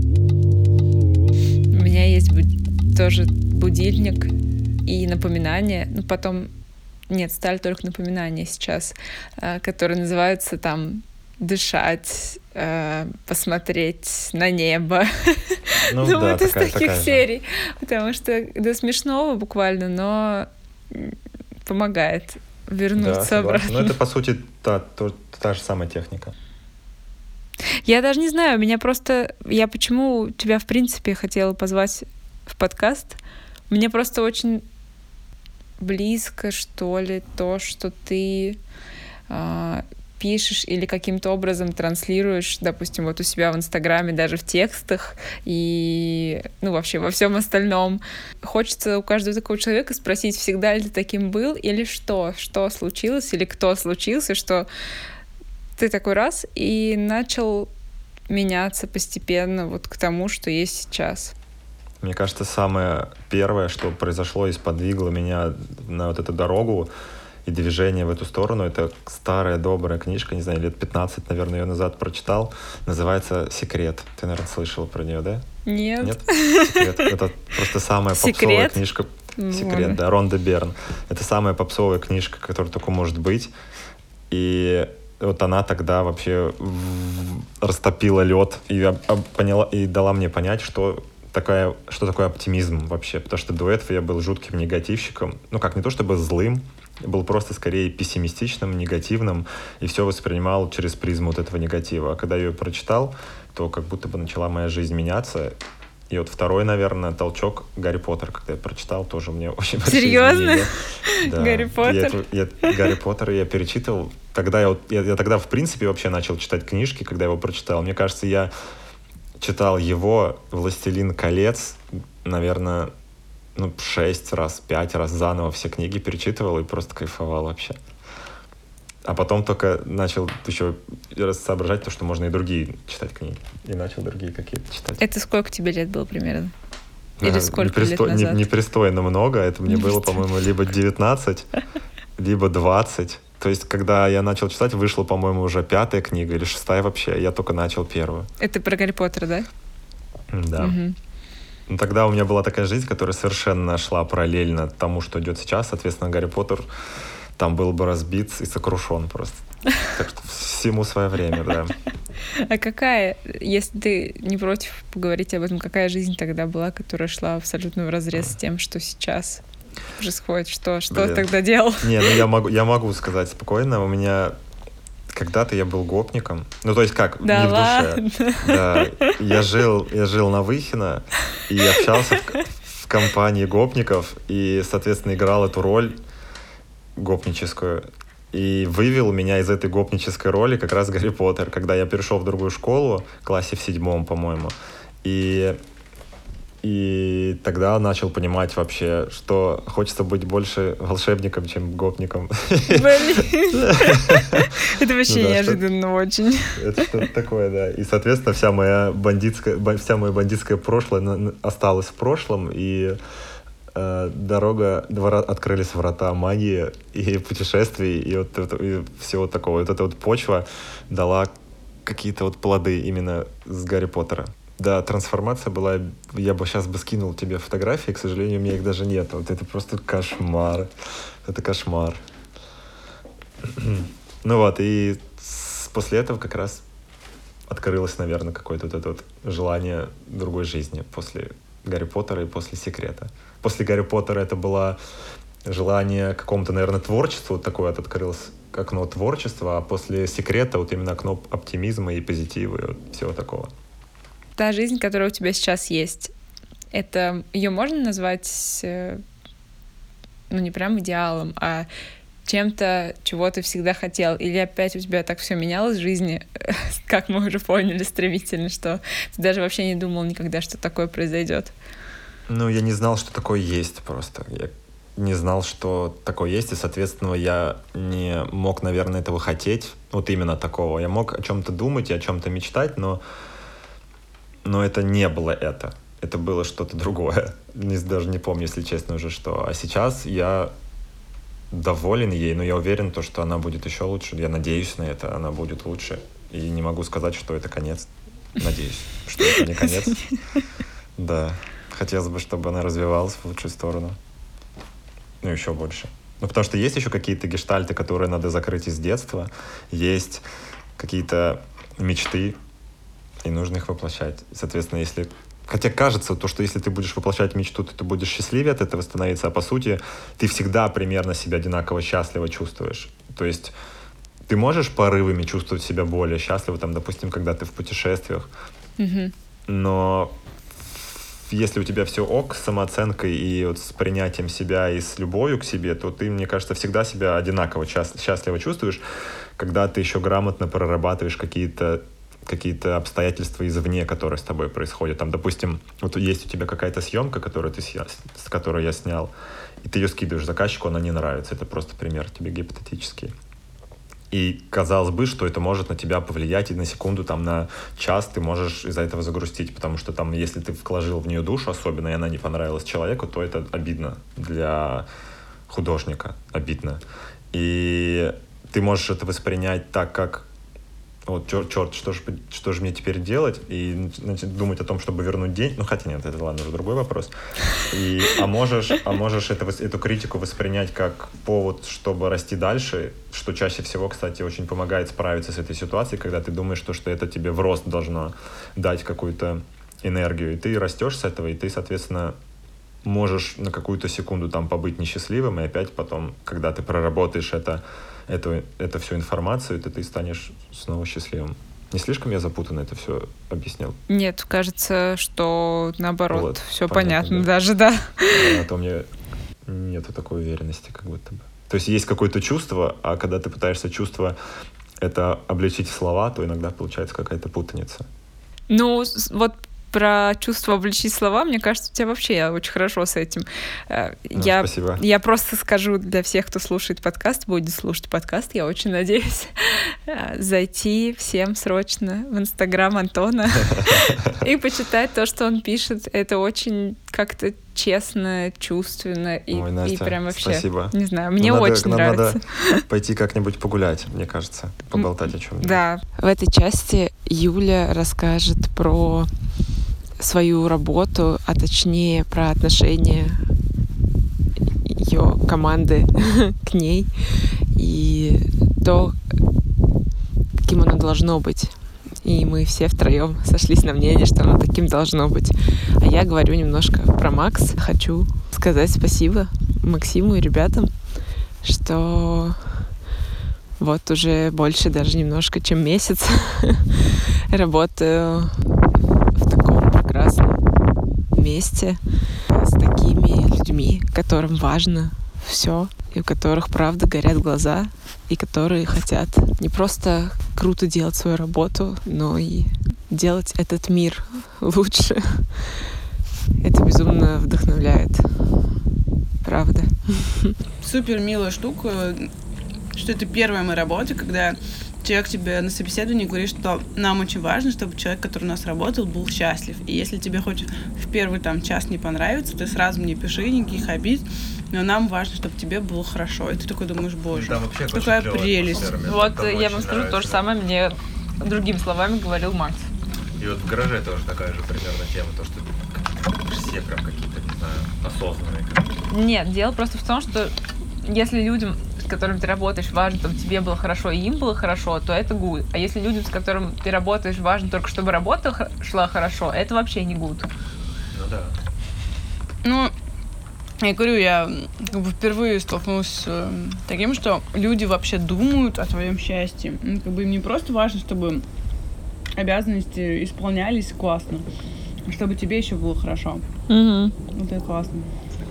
У меня есть тоже будильник и напоминания, ну потом нет, стали только напоминания сейчас, которые называются там дышать, посмотреть на небо. Ну да, это из таких такая серий. Потому что до смешного буквально, но помогает вернуться обратно. Ну это, по сути, та же самая техника. Я даже не знаю, Я почему тебя, в принципе, хотела позвать в подкаст? Мне просто очень близко, что ли, то, что ты пишешь или каким-то образом транслируешь, допустим, вот у себя в Инстаграме, даже в текстах и, ну, вообще во всем остальном. Хочется у каждого такого человека спросить, всегда ли ты таким был или что случилось, или кто случился, что ты такой раз и начал меняться постепенно вот к тому, что есть сейчас. Мне кажется, самое первое, что произошло и сподвигло меня на вот эту дорогу и движение в эту сторону, это старая добрая книжка, не знаю, лет 15, наверное, ее назад прочитал, называется «Секрет». Ты, наверное, слышала про нее, да? Нет. «Секрет». Это просто самая попсовая книжка. «Секрет», да, Ронда Берн. Это самая попсовая книжка, которая только может быть. И вот она тогда вообще растопила лед и поняла, и дала мне понять, что такое оптимизм вообще. Потому что до этого я был жутким негативщиком. Ну как, не то чтобы злым, был просто скорее пессимистичным, негативным, и все воспринимал через призму вот этого негатива. А когда я ее прочитал, то как будто бы начала моя жизнь меняться. И вот второй, наверное, толчок — Гарри Поттер, когда я прочитал, тоже мне очень большие изменения. Серьезно? Гарри Поттер? Гарри Поттер я перечитывал. Я тогда, в принципе, вообще начал читать книжки, когда его прочитал. Мне кажется, я читал его «Властелин колец», наверное, 6 раз, 5 раз заново все книги перечитывал и просто кайфовал вообще. А потом только начал еще раз соображать то, что можно и другие читать книги. И начал другие какие-то читать. Это сколько тебе лет было примерно? Или сколько лет назад? Непристойно много. Это мне было, по-моему, либо 19, либо 20. То есть, когда я начал читать, вышла, по-моему, уже 5-я книга или 6-я вообще. Я только начал 1-ю. Это про Гарри Поттера, да? Да. Угу. Ну, тогда у меня была такая жизнь, которая совершенно шла параллельно тому, что идет сейчас. Соответственно, Гарри Поттер там был бы разбит и сокрушен просто. Так что всему свое время, да. А какая, если ты не против поговорить об этом, какая жизнь тогда была, которая шла абсолютно вразрез с тем, что сейчас происходит? Что ты тогда делал? Не, ну я могу сказать спокойно. У меня когда-то я был гопником. Ну, то есть как, да, не в душе. Да, я жил на Выхино и общался в компании гопников и, соответственно, играл эту роль гопническую. И вывел меня из этой гопнической роли как раз Гарри Поттер, когда я перешел в другую школу, в классе в 7, по-моему. И тогда начал понимать вообще, что хочется быть больше волшебником, чем гопником. Блин! Это вообще неожиданно очень. Это что-то такое, да. И, соответственно, вся моя бандитское прошлое осталось в прошлом, и открылись врата магии и путешествий, и всего такого. Вот эта вот почва дала какие-то вот плоды именно с Гарри Поттера. Да, трансформация была... Я бы сейчас скинул тебе фотографии, к сожалению, у меня их даже нет. Вот это просто кошмар. Это кошмар. Ну вот, и после этого как раз открылось, наверное, какое-то вот это вот желание другой жизни после Гарри Поттера и после «Секрета». После Гарри Поттера это было желание к какому-то, наверное, творчеству. Вот такое вот открылось окно творчества, а после «Секрета» вот именно окно оптимизма и позитива, и вот всего такого. Та жизнь, которая у тебя сейчас есть, это ее можно назвать, ну, не прям идеалом, а чем-то, чего ты всегда хотел? Или опять у тебя так все менялось в жизни, как мы уже поняли стремительно, что ты даже вообще не думал никогда, что такое произойдет? Ну, я не знал, что такое есть просто. Я не знал, что такое есть, и, соответственно, я не мог, наверное, этого хотеть, вот именно такого. Я мог о чем-то думать и о чем-то мечтать, но это не было это. Это было что-то другое. Даже не помню, если честно, уже что. А сейчас я доволен ей, но я уверен, что она будет еще лучше. Я надеюсь на это, она будет лучше. И не могу сказать, что это конец. Надеюсь, что это не конец. Да. Хотелось бы, чтобы она развивалась в лучшую сторону. Ну, еще больше. Ну, потому что есть еще какие-то гештальты, которые надо закрыть из детства. Есть какие-то мечты, и нужно их воплощать. Соответственно, Хотя кажется, что если ты будешь воплощать мечту, то ты будешь счастливее от этого становиться, а по сути ты всегда примерно себя одинаково счастливо чувствуешь. То есть ты можешь порывами чувствовать себя более счастливо, там, допустим, когда ты в путешествиях, но если у тебя все ок с самооценкой и вот с принятием себя и с любовью к себе, то ты, мне кажется, всегда себя одинаково счастливо чувствуешь, когда ты еще грамотно прорабатываешь какие-то обстоятельства извне, которые с тобой происходят. Там, допустим, вот есть у тебя какая-то съемка, с которой я снял, и ты ее скидываешь заказчику, она не нравится. Это просто пример тебе гипотетический. И казалось бы, что это может на тебя повлиять, и на секунду, там, на час ты можешь из-за этого загрустить, потому что там, если ты вложил в нее душу особенно, и она не понравилась человеку, то это обидно для художника, обидно. И ты можешь это воспринять так, как вот, черт, что же мне теперь делать? И думать о том, чтобы вернуть деньги. Ну, хотя нет, это, ладно, уже другой вопрос. А можешь эту критику воспринять как повод, чтобы расти дальше, что чаще всего, кстати, очень помогает справиться с этой ситуацией, когда ты думаешь, что это тебе в рост должно дать какую-то энергию. И ты растешь с этого, и ты, соответственно, можешь на какую-то секунду там побыть несчастливым, и опять потом, когда ты проработаешь эту всю информацию, ты станешь снова счастливым. Не слишком я запутанно это все объяснил? Нет, кажется, что наоборот, вот, все понятно даже, да. А то мне нету такой уверенности, как будто бы. То есть есть какое-то чувство, а когда ты пытаешься чувство это облечить в слова, то иногда получается какая-то путаница. Ну, вот про чувство обличить слова, мне кажется, у тебя вообще очень хорошо с этим. Спасибо. Я просто скажу для всех, кто слушает подкаст, будет слушать подкаст, я очень надеюсь, зайти всем срочно в Инстаграм Антона и почитать то, что он пишет. Это очень как-то честно, чувственно и Настя, прям вообще, спасибо. Не знаю, мне очень нравится. Надо пойти как-нибудь погулять, мне кажется, поболтать о чем-нибудь. Да. В этой части Юля расскажет про свою работу, а точнее про отношение ее команды к ней и то, каким оно должно быть. И мы все втроем сошлись на мнении, что оно таким должно быть. А я говорю немножко про Макс. Хочу сказать спасибо Максиму и ребятам, что вот уже больше даже немножко, чем месяц работаю в таком прекрасном месте с такими людьми, которым важно все, и у которых правда горят глаза, и которые хотят не просто круто делать свою работу, но и делать этот мир лучше. Это безумно вдохновляет. Правда. Супер милая штука, что это первая моя работа, когда человек тебе на собеседовании говорит, что нам очень важно, чтобы человек, который у нас работал, был счастлив. И если тебе хоть в первый час не понравится, ты сразу мне пиши, никаких обид, но нам важно, чтобы тебе было хорошо. И ты такой думаешь, боже, какая прелесть. Вот я вам скажу, то же самое мне другими словами говорил Макс. И вот в гараже тоже такая же примерно тема, то, что все прям какие-то, не знаю, осознанные. Нет, дело просто в том, что если людям, с которыми ты работаешь, важно, чтобы тебе было хорошо, и им было хорошо, то это good. А если людям, с которыми ты работаешь, важно только, чтобы работа шла хорошо, это вообще не good. Ну да. Ну, я говорю, я впервые столкнулась с таким, что люди вообще думают о твоем счастье. Им не просто важно, чтобы обязанности исполнялись классно, а чтобы тебе еще было хорошо. Вот это классно.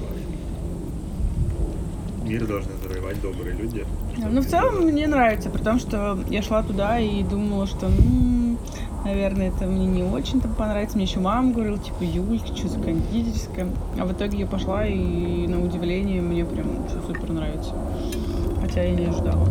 Мир должны завоевать добрые люди. Ну, в целом мне нравится, потому что я шла туда и думала, что, наверное, это мне не очень там понравится. Мне еще мама говорила, типа, Юлька, что за кондитерская. А в итоге я пошла, и на удивление мне прям все супер нравится. Хотя я не ожидала.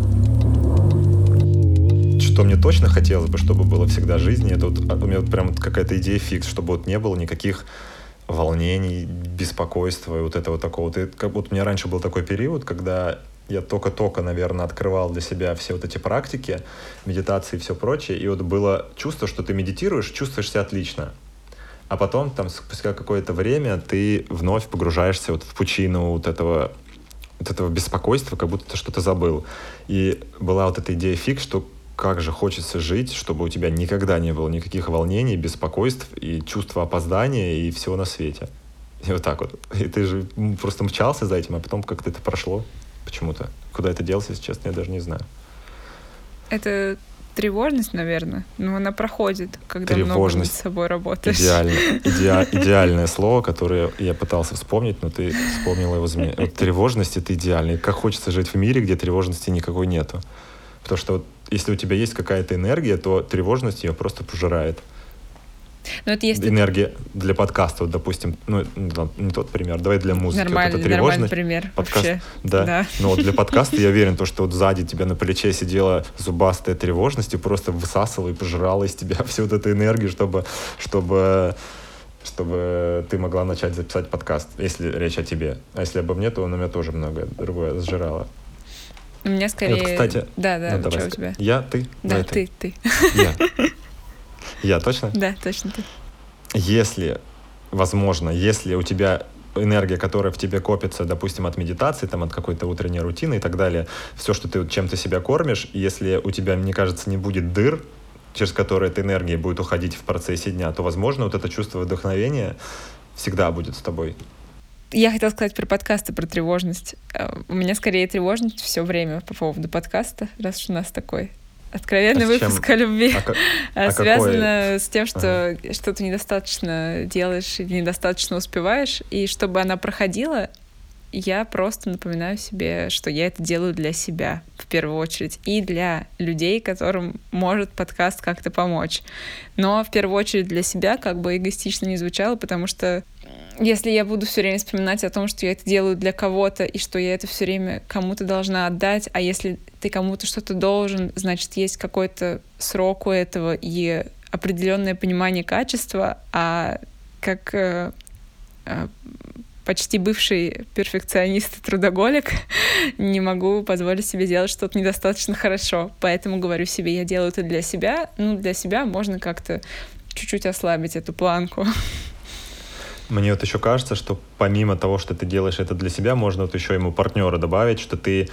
Что мне точно хотелось бы, чтобы было всегда в жизни, это вот у меня вот прям какая-то идея фикс, чтобы вот не было никаких волнений, беспокойства и вот этого такого. Как будто у меня раньше был такой период, когда я только-только, наверное, открывал для себя все вот эти практики, медитации и все прочее, и вот было чувство, что ты медитируешь, чувствуешь себя отлично. А потом, там, спустя какое-то время, ты вновь погружаешься вот в пучину вот этого беспокойства, как будто ты что-то забыл. И была вот эта идея фикс, что как же хочется жить, чтобы у тебя никогда не было никаких волнений, беспокойств и чувства опоздания и всего на свете. И вот так вот. И ты же просто мчался за этим, а потом как-то это прошло почему-то. Куда это делся, если честно, я даже не знаю. Это тревожность, наверное, но она проходит, когда много над собой работаешь. Идеальное слово, которое я пытался вспомнить, но ты вспомнила его за меня. Вот тревожность — это идеально. И как хочется жить в мире, где тревожности никакой нету. Потому что вот если у тебя есть какая-то энергия, то тревожность ее просто пожирает. Но это если... Энергия для подкаста, вот, допустим, не тот пример, давай для музыки. Нормальный пример подкаст, вообще. Да. Но вот для подкаста я уверен, что вот сзади тебя на плече сидела зубастая тревожность и просто высасывала и пожирала из тебя всю вот эту энергию, чтобы ты могла начать записать подкаст, если речь о тебе. А если обо мне, то она меня тоже многое другое сжирала. У меня скорее... Вот, кстати... Да, что у тебя? Я, ты? Да, ты. Я, точно? Да, точно ты. Если у тебя энергия, которая в тебе копится, допустим, от медитации, там, от какой-то утренней рутины и так далее, все, что чем ты себя кормишь, если у тебя, мне кажется, не будет дыр, через которые эта энергия будет уходить в процессе дня, то, возможно, вот это чувство вдохновения всегда будет с тобой. Я хотела сказать про подкасты, про тревожность. У меня скорее тревожность все время по поводу подкаста, раз уж у нас такой откровенный выпуск о любви. Связано с тем, что ты недостаточно делаешь или недостаточно успеваешь, и чтобы она проходила, я просто напоминаю себе, что я это делаю для себя в первую очередь и для людей, которым может подкаст как-то помочь. Но в первую очередь для себя, как бы эгоистично не звучало, потому что если я буду все время вспоминать о том, что я это делаю для кого-то и что я это все время кому-то должна отдать, а если ты кому-то что-то должен, значит, есть какой-то срок у этого и определенное понимание качества, а как почти бывший перфекционист и трудоголик не могу позволить себе делать что-то недостаточно хорошо. Поэтому говорю себе, я делаю это для себя. Ну, для себя можно как-то чуть-чуть ослабить эту планку. Мне вот еще кажется, что помимо того, что ты делаешь это для себя, можно вот еще ему партнера добавить, что ты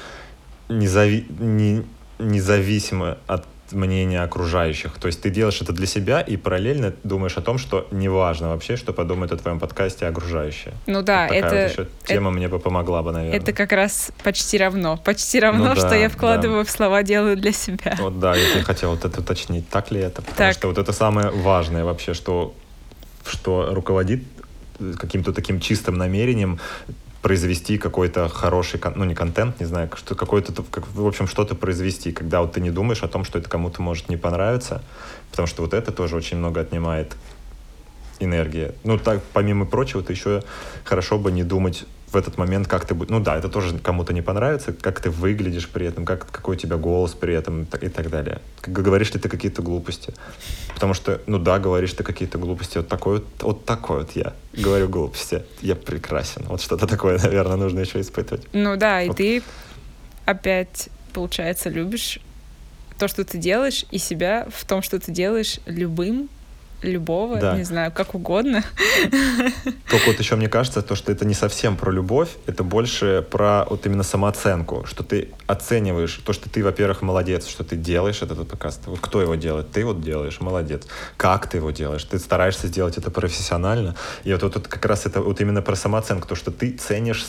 независимо от мнения окружающих. То есть ты делаешь это для себя и параллельно думаешь о том, что неважно вообще, что подумают о твоем подкасте окружающие. Ну да, вот такая это... вот еще тема мне бы помогла бы, наверное. Это как раз почти равно. Почти равно, ну, да, что я вкладываю да. в слова, делаю для себя. Вот да, я хотел вот это уточнить, так ли это? Потому что вот это самое важное вообще, что руководит каким-то таким чистым намерением произвести какой-то хороший, ну не контент, не знаю, что какой-то, в общем, что-то произвести, когда вот ты не думаешь о том, что это кому-то может не понравиться, потому что вот это тоже очень много отнимает энергии. Ну так, помимо прочего, ты еще хорошо бы не думать в этот момент, как ты будешь... Ну да, это тоже кому-то не понравится, как ты выглядишь при этом, какой у тебя голос при этом и так далее. Говоришь ли ты какие-то глупости? Потому что, ну да, говоришь ты какие-то глупости. Вот такой вот я говорю глупости. Я прекрасен. Вот что-то такое, наверное, нужно еще испытывать. Ну да, и вот. Ты опять, получается, любишь то, что ты делаешь, и себя в том, что ты делаешь любого, да. Не знаю, как угодно. Только вот еще мне кажется, то, что это не совсем про любовь, это больше про вот именно самооценку, что ты оцениваешь то, что ты, во-первых, молодец, что ты делаешь этот подкаст. Вот кто его делает? Ты вот делаешь, молодец. Как ты его делаешь? Ты стараешься сделать это профессионально. И вот как раз это вот именно про самооценку, то, что ты ценишь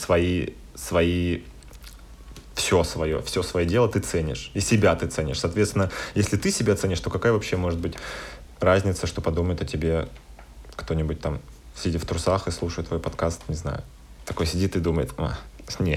все свое дело ты ценишь. И себя ты ценишь. Соответственно, если ты себя ценишь, то какая вообще может быть разница, что подумает о тебе кто-нибудь там, сидя в трусах и слушает твой подкаст, не знаю. Такой сидит и думает, не.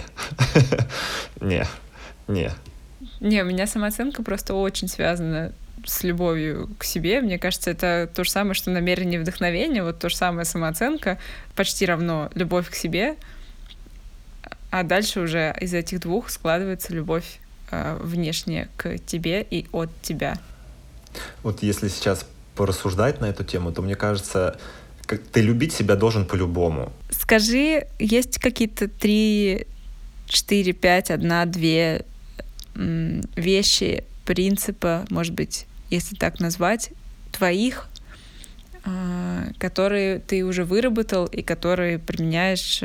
Не, у меня самооценка просто очень связана с любовью к себе. Мне кажется, это то же самое, что намерение и вдохновение. Вот то же самое самооценка почти равно любовь к себе. А дальше уже из этих двух складывается любовь внешне к тебе и от тебя. Вот если сейчас порассуждать на эту тему, то мне кажется, ты любить себя должен по-любому. Скажи, есть какие-то 3, 4, 5, 1, 2 вещи, принципа, может быть, если так назвать, твоих, которые ты уже выработал и которые применяешь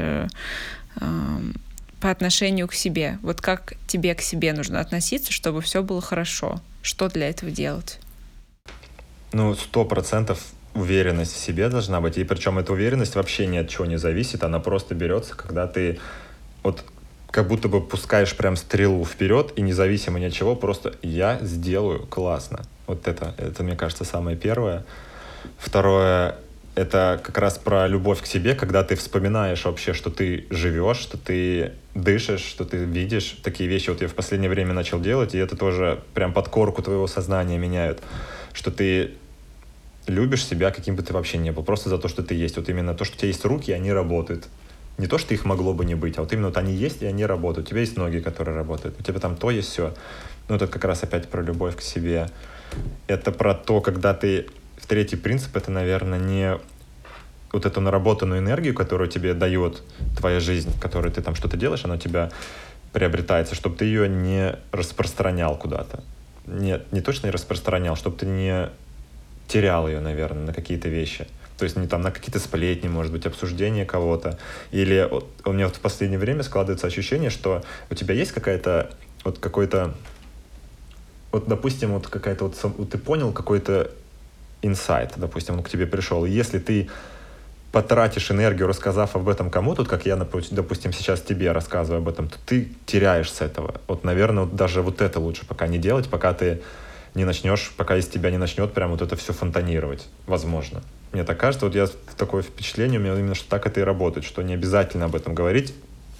по отношению к себе? Вот как тебе к себе нужно относиться, чтобы все было хорошо? Что для этого делать? 100% уверенность в себе должна быть. И причем эта уверенность вообще ни от чего не зависит. Она просто берется, когда ты вот как будто бы пускаешь прям стрелу вперед, и независимо ни от чего, просто я сделаю классно. Вот это мне кажется, самое первое. Второе, это как раз про любовь к себе, когда ты вспоминаешь вообще, что ты живешь, что ты дышишь, что ты видишь. Такие вещи вот я в последнее время начал делать, и это тоже прям подкорку твоего сознания меняют. Что ты любишь себя, каким бы ты вообще ни был, просто за то, что ты есть. Вот именно то, что у тебя есть руки, они работают. Не то, что их могло бы не быть, а вот именно вот они есть, и они работают. У тебя есть ноги, которые работают. У тебя там то есть, все. Это как раз опять про любовь к себе. Это про то, когда ты... Третий принцип — это, наверное, не вот эту наработанную энергию, которую тебе дает твоя жизнь, которой ты там что-то делаешь, она у тебя приобретается, чтобы ты ее не распространял куда-то. Нет, не точно не распространял, чтобы ты не терял ее, наверное, на какие-то вещи. То есть не там на какие-то сплетни, может быть, обсуждение кого-то. Или у меня в последнее время складывается ощущение, что у тебя есть какая-то вот какой-то... Вот, допустим, вот какая-то вот ты понял какой-то инсайт, допустим, он к тебе пришел. И если ты потратишь энергию, рассказав об этом кому-то, как я, допустим, сейчас тебе рассказываю об этом, то ты теряешь с этого. Вот, наверное, даже вот это лучше пока не делать, пока ты не начнешь, пока из тебя не начнет прям вот это все фонтанировать. Возможно. Мне так кажется, вот такое впечатление у меня именно, что так это и работает, что не обязательно об этом говорить,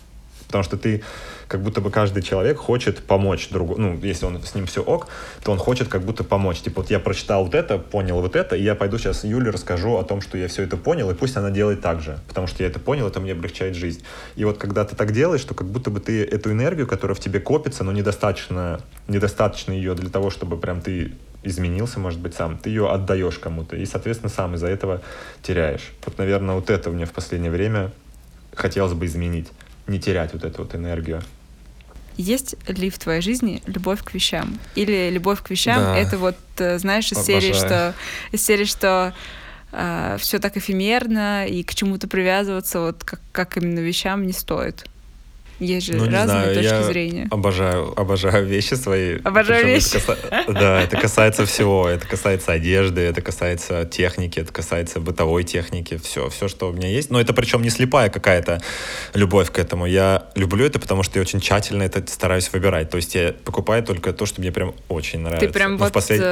Потому что ты, как будто бы каждый человек хочет помочь другу. Ну, если он с ним все ок, то он хочет как будто помочь. Типа, вот я прочитал вот это, понял вот это, и я пойду сейчас Юле расскажу о том, что я все это понял, и пусть она делает так же. Потому что я это понял, это мне облегчает жизнь. И вот когда ты так делаешь, то как будто бы ты эту энергию, которая в тебе копится, но недостаточно ее для того, чтобы прям ты изменился, может быть, сам, ты ее отдаешь кому-то, и, соответственно, сам из-за этого теряешь. Вот, наверное, вот это мне в последнее время хотелось бы изменить. Не терять вот эту вот энергию. Есть ли в твоей жизни любовь к вещам? Или любовь к вещам Да. это вот, знаешь, из серии, что все так эфемерно, и к чему-то привязываться, вот как именно вещам не стоит? Есть же разные точки зрения. Обожаю вещи свои. Обожаю вещи. Да, это касается всего. Это касается одежды, это касается техники, это касается бытовой техники. Все, что у меня есть. Но это причем не слепая какая-то любовь к этому. Я люблю это, потому что я очень тщательно это стараюсь выбирать. То есть я покупаю только то, что мне прям очень нравится. Ты прям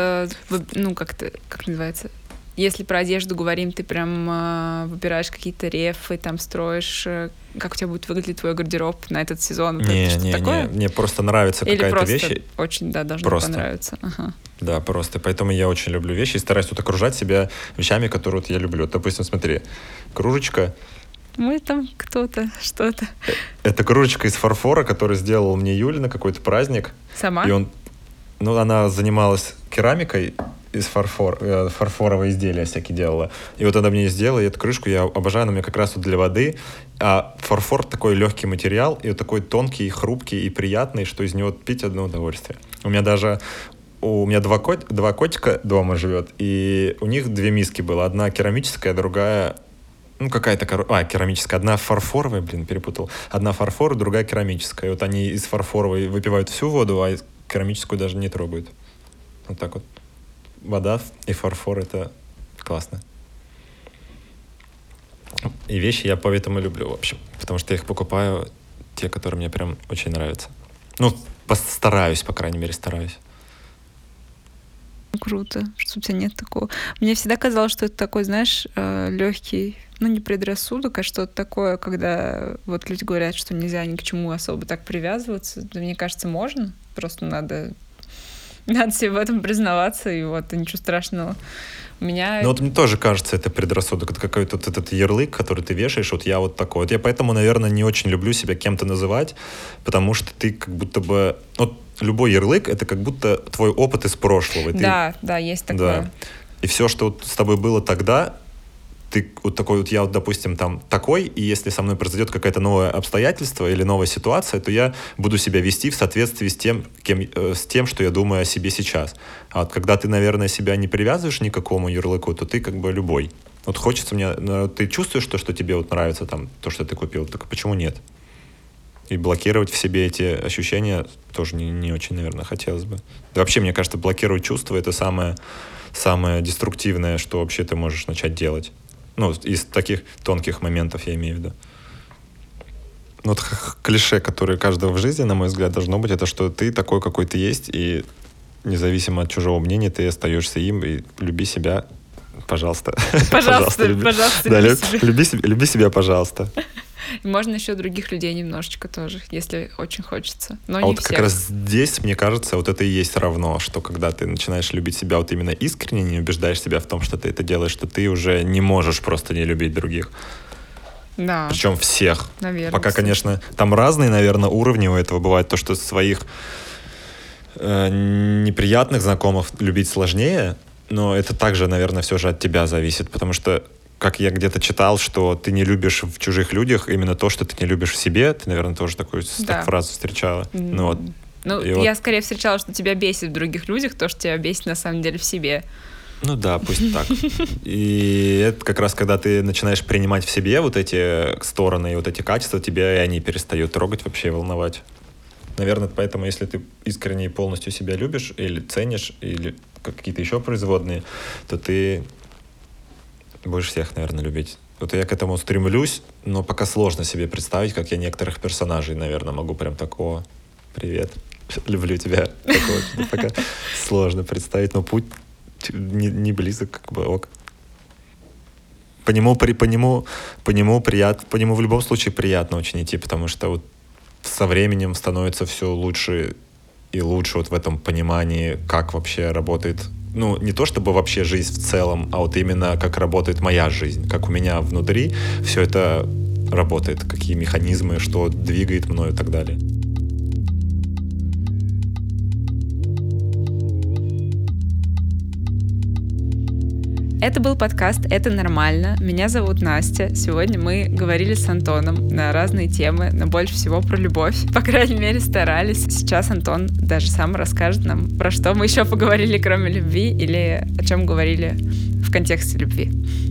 как называется? Если про одежду говорим, ты прям выбираешь какие-то рефы, там строишь, как у тебя будет выглядеть твой гардероб на этот сезон? Не, мне просто нравится какая-то вещь. Или просто очень, да, должно понравиться. Ага. Да, просто. Поэтому я очень люблю вещи и стараюсь вот окружать себя вещами, которые вот я люблю. Допустим, смотри, кружечка. Мы там кто-то, что-то. Это кружечка из фарфора, которую сделал мне Юля на какой-то праздник. Сама? И она занималась керамикой, из фарфоровые изделия всякие делала. И вот она мне сделала, и эту крышку я обожаю, она у меня как раз вот для воды. А фарфор такой легкий материал, и вот такой тонкий, хрупкий и приятный, что из него пить одно удовольствие. У меня два котика дома живет, и у них 2 миски было. Одна керамическая, другая... керамическая. Одна фарфоровая, перепутал. Одна фарфоровая, другая керамическая. И вот они из фарфоровой выпивают всю воду, а керамическую даже не трогают. Вот так вот. Вода и фарфор — это классно. И вещи я поэтому люблю, в общем. Потому что я их покупаю, те, которые мне прям очень нравятся. Ну, постараюсь, по крайней мере, стараюсь. Круто, что у тебя нет такого. Мне всегда казалось, что это такой, знаешь, легкий, не предрассудок, а что-то такое, когда вот люди говорят, что нельзя ни к чему особо так привязываться. Да, мне кажется, можно. Просто надо себе в этом признаваться, и вот, ничего страшного. Мне тоже кажется, это предрассудок. Это какой-то вот этот ярлык, который ты вешаешь, вот я вот такой. Вот я поэтому, наверное, не очень люблю себя кем-то называть, потому что ты как будто бы... любой ярлык — это как будто твой опыт из прошлого. Да, есть такое. Да. И все, что вот с тобой было тогда, ты вот такой вот, я вот, допустим, там такой, и если со мной произойдет какое-то новое обстоятельство или новая ситуация, то я буду себя вести в соответствии с тем, что я думаю о себе сейчас. А вот когда ты, наверное, себя не привязываешь ни к какому ярлыку, то ты как бы любой. Вот хочется мне... Ты чувствуешь то, что тебе вот нравится, там, то, что ты купил, так почему нет? И блокировать в себе эти ощущения тоже не очень, наверное, хотелось бы. Да вообще, мне кажется, блокировать чувства — это самое деструктивное, что вообще ты можешь начать делать. Из таких тонких моментов я имею в виду. Клише, которое каждого в жизни, на мой взгляд, должно быть, это что ты такой, какой ты есть, и независимо от чужого мнения, ты остаешься им, и люби себя, пожалуйста. Пожалуйста, люби себя, пожалуйста. И можно еще других людей немножечко тоже, если очень хочется. Но не вот всех. Как раз здесь, мне кажется, вот это и есть равно, что когда ты начинаешь любить себя вот именно искренне, не убеждаешь себя в том, что ты это делаешь, что ты уже не можешь просто не любить других. Да. Причем всех. Наверное. Пока, конечно, там разные, наверное, уровни у этого бывает. То, что своих неприятных знакомых любить сложнее, но это также, наверное, все же от тебя зависит, потому что как я где-то читал, что ты не любишь в чужих людях именно то, что ты не любишь в себе. Ты, наверное, тоже такую фразу встречала. Я скорее встречала, что тебя бесит в других людях, то, что тебя бесит на самом деле в себе. Пусть так. И это как раз, когда ты начинаешь принимать в себе вот эти стороны и вот эти качества, тебя и они перестают трогать, вообще волновать. Наверное, поэтому, если ты искренне и полностью себя любишь или ценишь, или какие-то еще производные, то ты будешь всех, наверное, любить. Вот я к этому стремлюсь, но пока сложно себе представить, как я некоторых персонажей, наверное, могу прям так: о, привет, люблю тебя. Пока сложно представить, но путь не близок, как бы ок. По нему в любом случае приятно очень идти, потому что вот со временем становится все лучше и лучше вот в этом понимании, как вообще работает, ну, не то чтобы вообще жизнь в целом, а вот именно как работает моя жизнь, как у меня внутри все это работает, какие механизмы, что двигает мною и так далее. Это был подкаст «Это нормально». Меня зовут Настя. Сегодня мы говорили с Антоном на разные темы, но больше всего про любовь. По крайней мере, старались. Сейчас Антон даже сам расскажет нам, про что мы еще поговорили, кроме любви, или о чем говорили в контексте любви.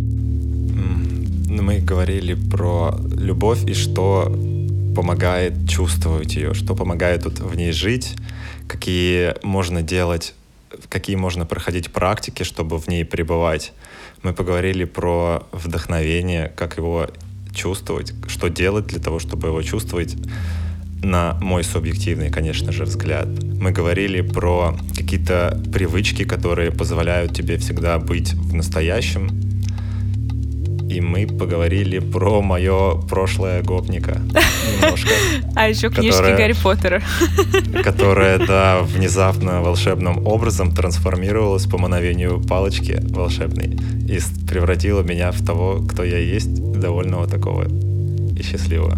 Мы говорили про любовь и что помогает чувствовать ее, что помогает тут в ней жить, какие можно делать, какие можно проходить практики, чтобы в ней пребывать. Мы поговорили про вдохновение, как его чувствовать, что делать для того, чтобы его чувствовать, на мой субъективный, конечно же, взгляд. Мы говорили про какие-то привычки, которые позволяют тебе всегда быть в настоящем. И мы поговорили про мое прошлое гопника немножко. А еще книжки Гарри Поттера. Которая, да, внезапно волшебным образом трансформировалась по мановению палочки волшебной и превратила меня в того, кто я есть, довольного такого и счастливого.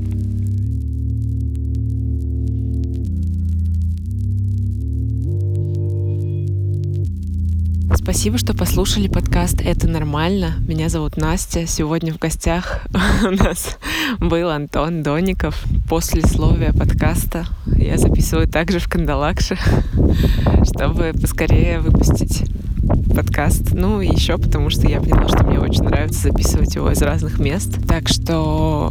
Спасибо, что послушали подкаст «Это нормально». Меня зовут Настя. Сегодня в гостях у нас был Антон Доников. Послесловие подкаста я записываю также в Кандалакше, чтобы поскорее выпустить подкаст. Ну и еще потому, что я поняла, что мне очень нравится записывать его из разных мест. Так что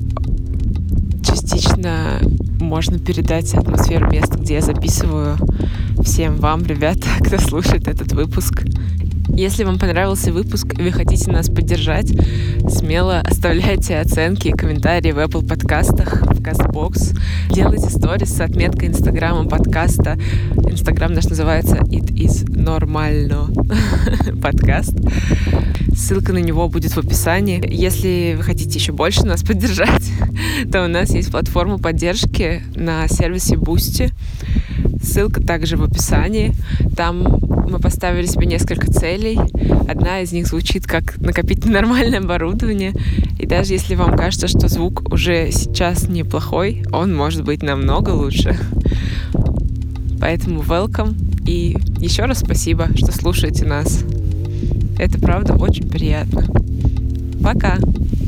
частично можно передать атмосферу места, где я записываю, всем вам, ребята, кто слушает этот выпуск. Если вам понравился выпуск и вы хотите нас поддержать, смело оставляйте оценки и комментарии в Apple подкастах, в CastBox. Делайте сторис с отметкой инстаграма подкаста. Инстаграм наш называется It is Normal подкаст. Ссылка на него будет в описании. Если вы хотите еще больше нас поддержать, то у нас есть платформа поддержки на сервисе Boosty. Ссылка также в описании. Там мы поставили себе несколько целей. Одна из них звучит как накопить нормальное оборудование. И даже если вам кажется, что звук уже сейчас неплохой, он может быть намного лучше. Поэтому welcome. И еще раз спасибо, что слушаете нас. Это правда очень приятно. Пока!